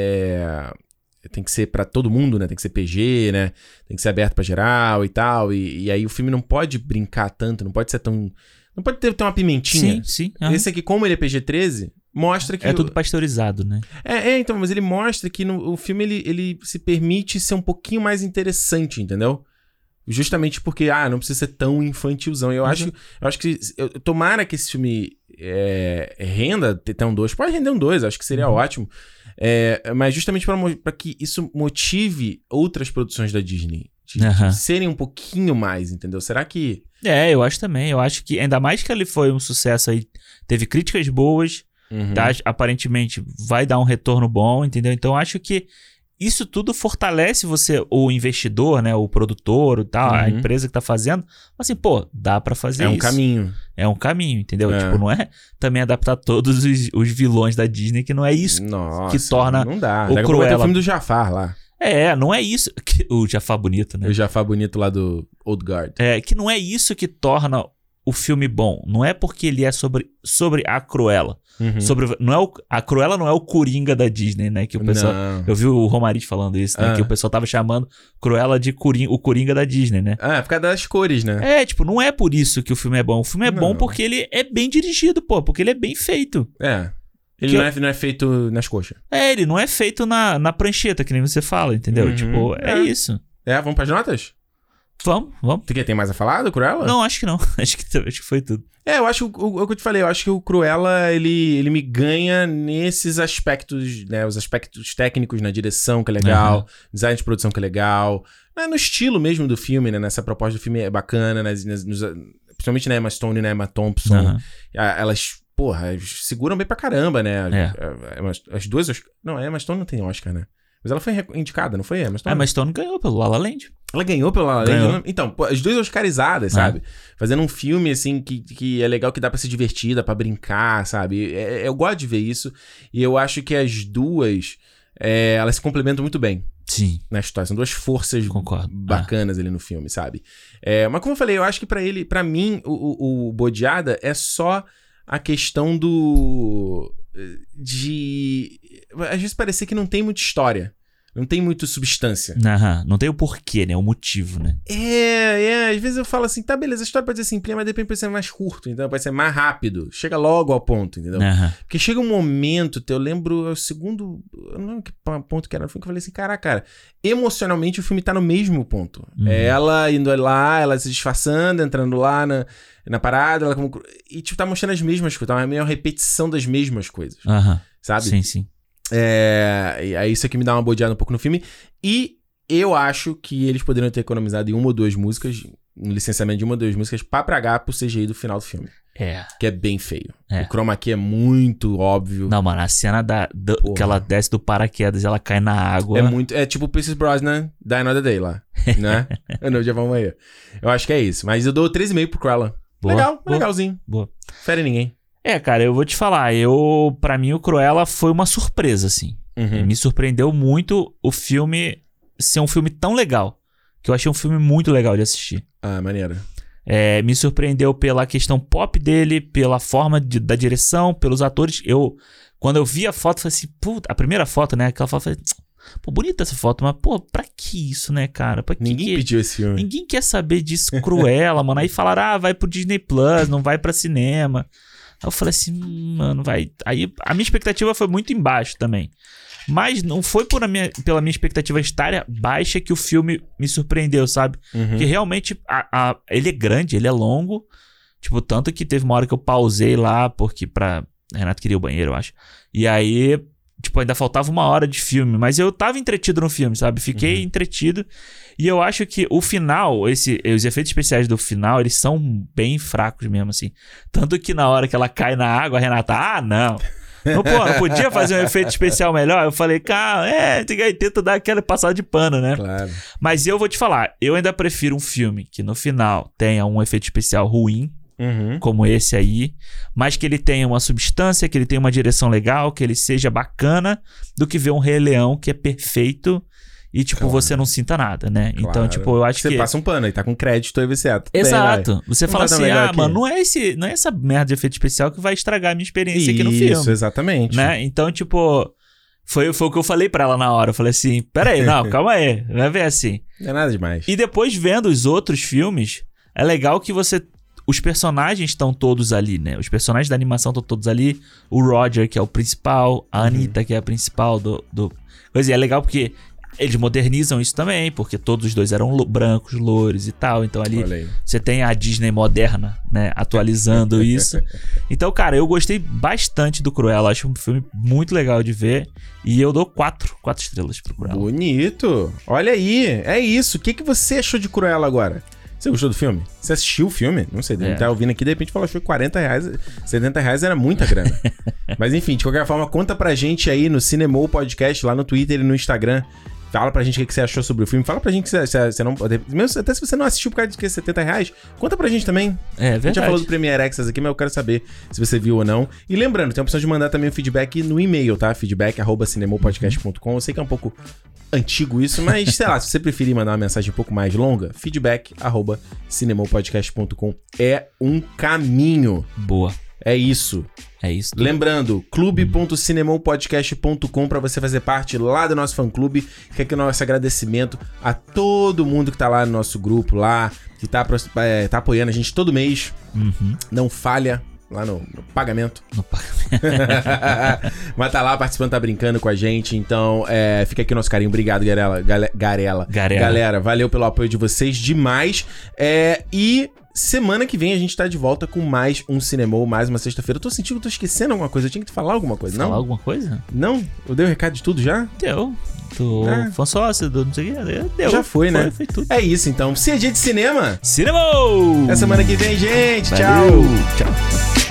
é, tem que ser pra todo mundo, né? Tem que ser P G, né? Tem que ser aberto pra geral e tal. E, e aí o filme não pode brincar tanto, não pode ser tão... Não pode ter, ter uma pimentinha. Sim, sim. aham. Esse aqui, como ele é P G treze, mostra que... É o- tudo pasteurizado, né? É, é, então, mas ele mostra que no, o filme ele, ele se permite ser um pouquinho mais interessante, entendeu? Justamente porque, ah, não precisa ser tão infantilzão. Eu, Uhum. acho, eu acho que... Eu, tomara que esse filme é, renda ter um dois. Pode render um dois, acho que seria Uhum. ótimo. É, mas justamente pra, mo- pra que isso motive outras produções da Disney. De, de Aham. serem um pouquinho mais, entendeu? Será que... É, eu acho também. Eu acho que, ainda mais que ele foi um sucesso aí, teve críticas boas, Uhum. tá? Aparentemente vai dar um retorno bom, entendeu? Então eu acho que isso tudo fortalece você, o investidor, né? O produtor, o tal, a Uhum. empresa que tá fazendo. Assim, pô, dá pra fazer É um isso. caminho. É um caminho, entendeu? É. Tipo, não é também adaptar todos os, os vilões da Disney, que não é isso. Nossa, que torna não dá. o Daqui a pouco vai ter Cruella- o filme do Jafar lá. É, não é isso. Que, o Jafar bonito, né? O Jafar bonito lá do Old Guard. É, que não é isso que torna o filme bom. Não é porque ele é sobre, sobre a Cruella. Uhum. Sobre, não é o, a Cruella não é o Coringa da Disney, né? Que o pessoal... Não. Eu vi o Romariz falando isso, né? Ah. Que o pessoal tava chamando Cruella de Coringa, o Coringa da Disney, né? Ah, é por causa das cores, né? É, tipo, não é por isso que o filme é bom. O filme é Não. bom porque ele é bem dirigido, pô. Porque ele é bem feito. É. Ele Que não, eu- é, não é feito nas coxas. É, ele não é feito na, na prancheta, que nem você fala, entendeu? Uhum. Tipo, é, É. isso. É, vamos pras notas? Vamos, vamos. Tu quer, tem mais a falar do Cruella? Não, acho que não. acho, que, acho que foi tudo. É, eu acho que o, o que eu te falei, eu acho que o Cruella, ele, ele me ganha nesses aspectos, né? Os aspectos técnicos na direção, que é legal, Aham. design de produção, que é legal, né, no estilo mesmo do filme, né? Nessa proposta do filme é bacana, nas, nas- nos- principalmente na Emma Stone e na Emma Thompson. Aham. A- Elas, porra, seguram bem pra caramba, né? É. A- a Emma- As duas. Osc- Não, a Emma Stone não tem Oscar, né? Mas ela foi re- indicada, não foi a Emma Stone? Ah, mas Stone ganhou pelo La La Land. Ela ganhou pelo La La Land. Ganhou. eu não- Então, pô, as duas oscarizadas, sabe? Fazendo um filme, assim, que, que é legal, que dá pra ser divertida, dá pra brincar, sabe? É- eu gosto de ver isso. E eu acho que as duas, é, elas se complementam muito bem Sim, na história. São duas forças concordo. bacanas ali no filme, sabe? É, mas como eu falei, eu acho que pra ele, pra mim, o, o, o Bodiada é só a questão do... de... às vezes parecer que não tem muita história. Não tem muita substância. Ah, aham. Não tem o porquê, né? O motivo, né? É, é, às vezes eu falo assim, tá, beleza, a história pode ser simples, mas de repente pode ser mais curto, então pode ser mais rápido, chega logo ao ponto, entendeu? Aham. Porque chega um momento, eu lembro, é o segundo, eu não lembro que ponto que era no filme, que eu falei assim, caraca, cara, emocionalmente o filme tá no mesmo ponto. Uhum. É ela indo lá, ela se disfarçando, entrando lá na, na parada, ela como... E, tipo, tá mostrando as mesmas coisas, tá uma meio repetição das mesmas coisas, Aham. sabe? Sim, sim. É, e aí isso aqui me dá uma bodeada um pouco no filme. E eu acho que eles poderiam ter economizado em uma ou duas músicas, um licenciamento de uma ou duas músicas, pra pragar pro C G I do final do filme. É. Que é bem feio. É. O chroma key é muito óbvio. Não, mano, a cena da, do- Porra. que ela desce do paraquedas e ela cai na água. É muito. É tipo o Pierce Brosnan Die Another Day lá. Né? Eu não, já vamos aí. Eu acho que é isso. Mas eu dou três e meio pro Cruella. Boa, Legal, boa. legalzinho. Boa. Fere ninguém. É, cara, eu vou te falar. Eu, pra mim, o Cruella foi uma surpresa, assim. Uhum. Me surpreendeu muito o filme ser um filme tão legal. Que eu achei um filme muito legal de assistir. Ah, maneiro. É, me surpreendeu pela questão pop dele, pela forma de- da direção, pelos atores. Eu, quando eu vi a foto, eu falei assim, puta, a primeira foto, né? Aquela foto, eu falei, pô, bonita essa foto, mas, pô, pra que isso, né, cara? Pra que Ninguém que... pediu esse filme. Ninguém quer saber disso, Cruella, mano. Aí falaram, ah, vai pro Disney Plus, não vai pra cinema. Aí eu falei assim, hum, mano, vai. Aí a minha expectativa foi muito embaixo também. Mas não foi por a minha, pela minha expectativa estar baixa que o filme me surpreendeu, sabe? Uhum. Porque realmente a, a, ele é grande, ele é longo. Tipo, tanto que teve uma hora que eu pausei lá, porque pra... Renato queria o banheiro, eu acho. E aí, tipo, ainda faltava uma hora de filme. Mas eu tava entretido no filme, sabe? Fiquei uhum. entretido. E eu acho que o final, esse, os efeitos especiais do final, eles são bem fracos mesmo, assim. Tanto que na hora que ela cai na água, a Renata, ah, não. Não, pô, não podia fazer um efeito especial melhor? Eu falei, cara, é, tenta dar aquela passada de pano, né? Claro. Mas eu vou te falar, eu ainda prefiro um filme que no final tenha um efeito especial ruim, Uhum. como esse aí, mas que ele tenha uma substância, que ele tenha uma direção legal, que ele seja bacana, do que ver um Rei Leão que é perfeito e, tipo, claro. Você não sinta nada, né? Claro. Então, tipo, eu acho você que... Você passa um pano aí, tá com crédito aí, você... Ah, exato. bem, você não fala tá assim, ah, aqui. mano, não é, esse, não é essa merda de efeito especial que vai estragar a minha experiência aqui no filme. Isso, exatamente. Né? Então, tipo... Foi, foi o que eu falei pra ela na hora. Eu falei assim, peraí, não, calma aí. Vai ver assim. Não é nada demais. E depois, vendo os outros filmes, é legal que você... Os personagens estão todos ali, né? Os personagens da animação estão todos ali. O Roger, que é o principal. A Anitta, uhum. que é a principal do... do... Pois é, é legal porque eles modernizam isso também. Porque todos os dois eram lo- brancos, loures e tal. Então ali você tem a Disney moderna, né? Atualizando isso. Então, cara, eu gostei bastante do Cruella. Acho um filme muito legal de ver. E eu dou quatro. Quatro estrelas pro Cruella. Bonito. Olha aí. É isso. O que, que você achou de Cruella agora? Você gostou do filme? Você assistiu o filme? Não sei, deve é. estar ouvindo aqui, de repente falou, achou que quarenta reais, setenta reais era muita grana. Mas enfim, de qualquer forma, conta pra gente aí no Cinemou Podcast, lá no Twitter e no Instagram. Fala pra gente o que você achou sobre o filme. Fala pra gente que você, você não... Mesmo, até se você não assistiu por causa de que setenta reais, conta pra gente também. É, verdade. A gente já falou do Premiere Access aqui, mas eu quero saber se você viu ou não. E lembrando, tem a opção de mandar também o feedback no e-mail, tá? feedback arroba cinemopodcast ponto com. Eu sei que é um pouco antigo isso, mas sei lá, se você preferir mandar uma mensagem um pouco mais longa, feedback arroba cinemopodcast ponto com é um caminho. Boa. É isso. É isso. Lembrando, clube ponto cinemopodcast ponto com para você fazer parte lá do nosso fã-clube. Fica aqui o nosso agradecimento a todo mundo que tá lá no nosso grupo, lá, que tá, é, tá apoiando a gente todo mês. Uhum. Não falha lá no, no pagamento. No pagamento. Mas tá lá participando, tá brincando com a gente. Então, é, fica aqui o nosso carinho. Obrigado, Garela. Gale, Garela. Garela. Galera, valeu pelo apoio de vocês demais. É, e... Semana que vem a gente tá de volta com mais um Cinemou, mais uma sexta-feira. Eu tô sentindo que eu tô esquecendo alguma coisa. Eu tinha que te falar alguma coisa, não? Falar alguma coisa? Não? Eu dei o recado de tudo já? Deu. Tu é. Fã sócio, do não sei o que. Deu. Já foi, né? Foi, foi tudo. É isso, então. Se é dia de cinema... Cinemou! Até semana que vem, gente. Valeu. Tchau. Tchau.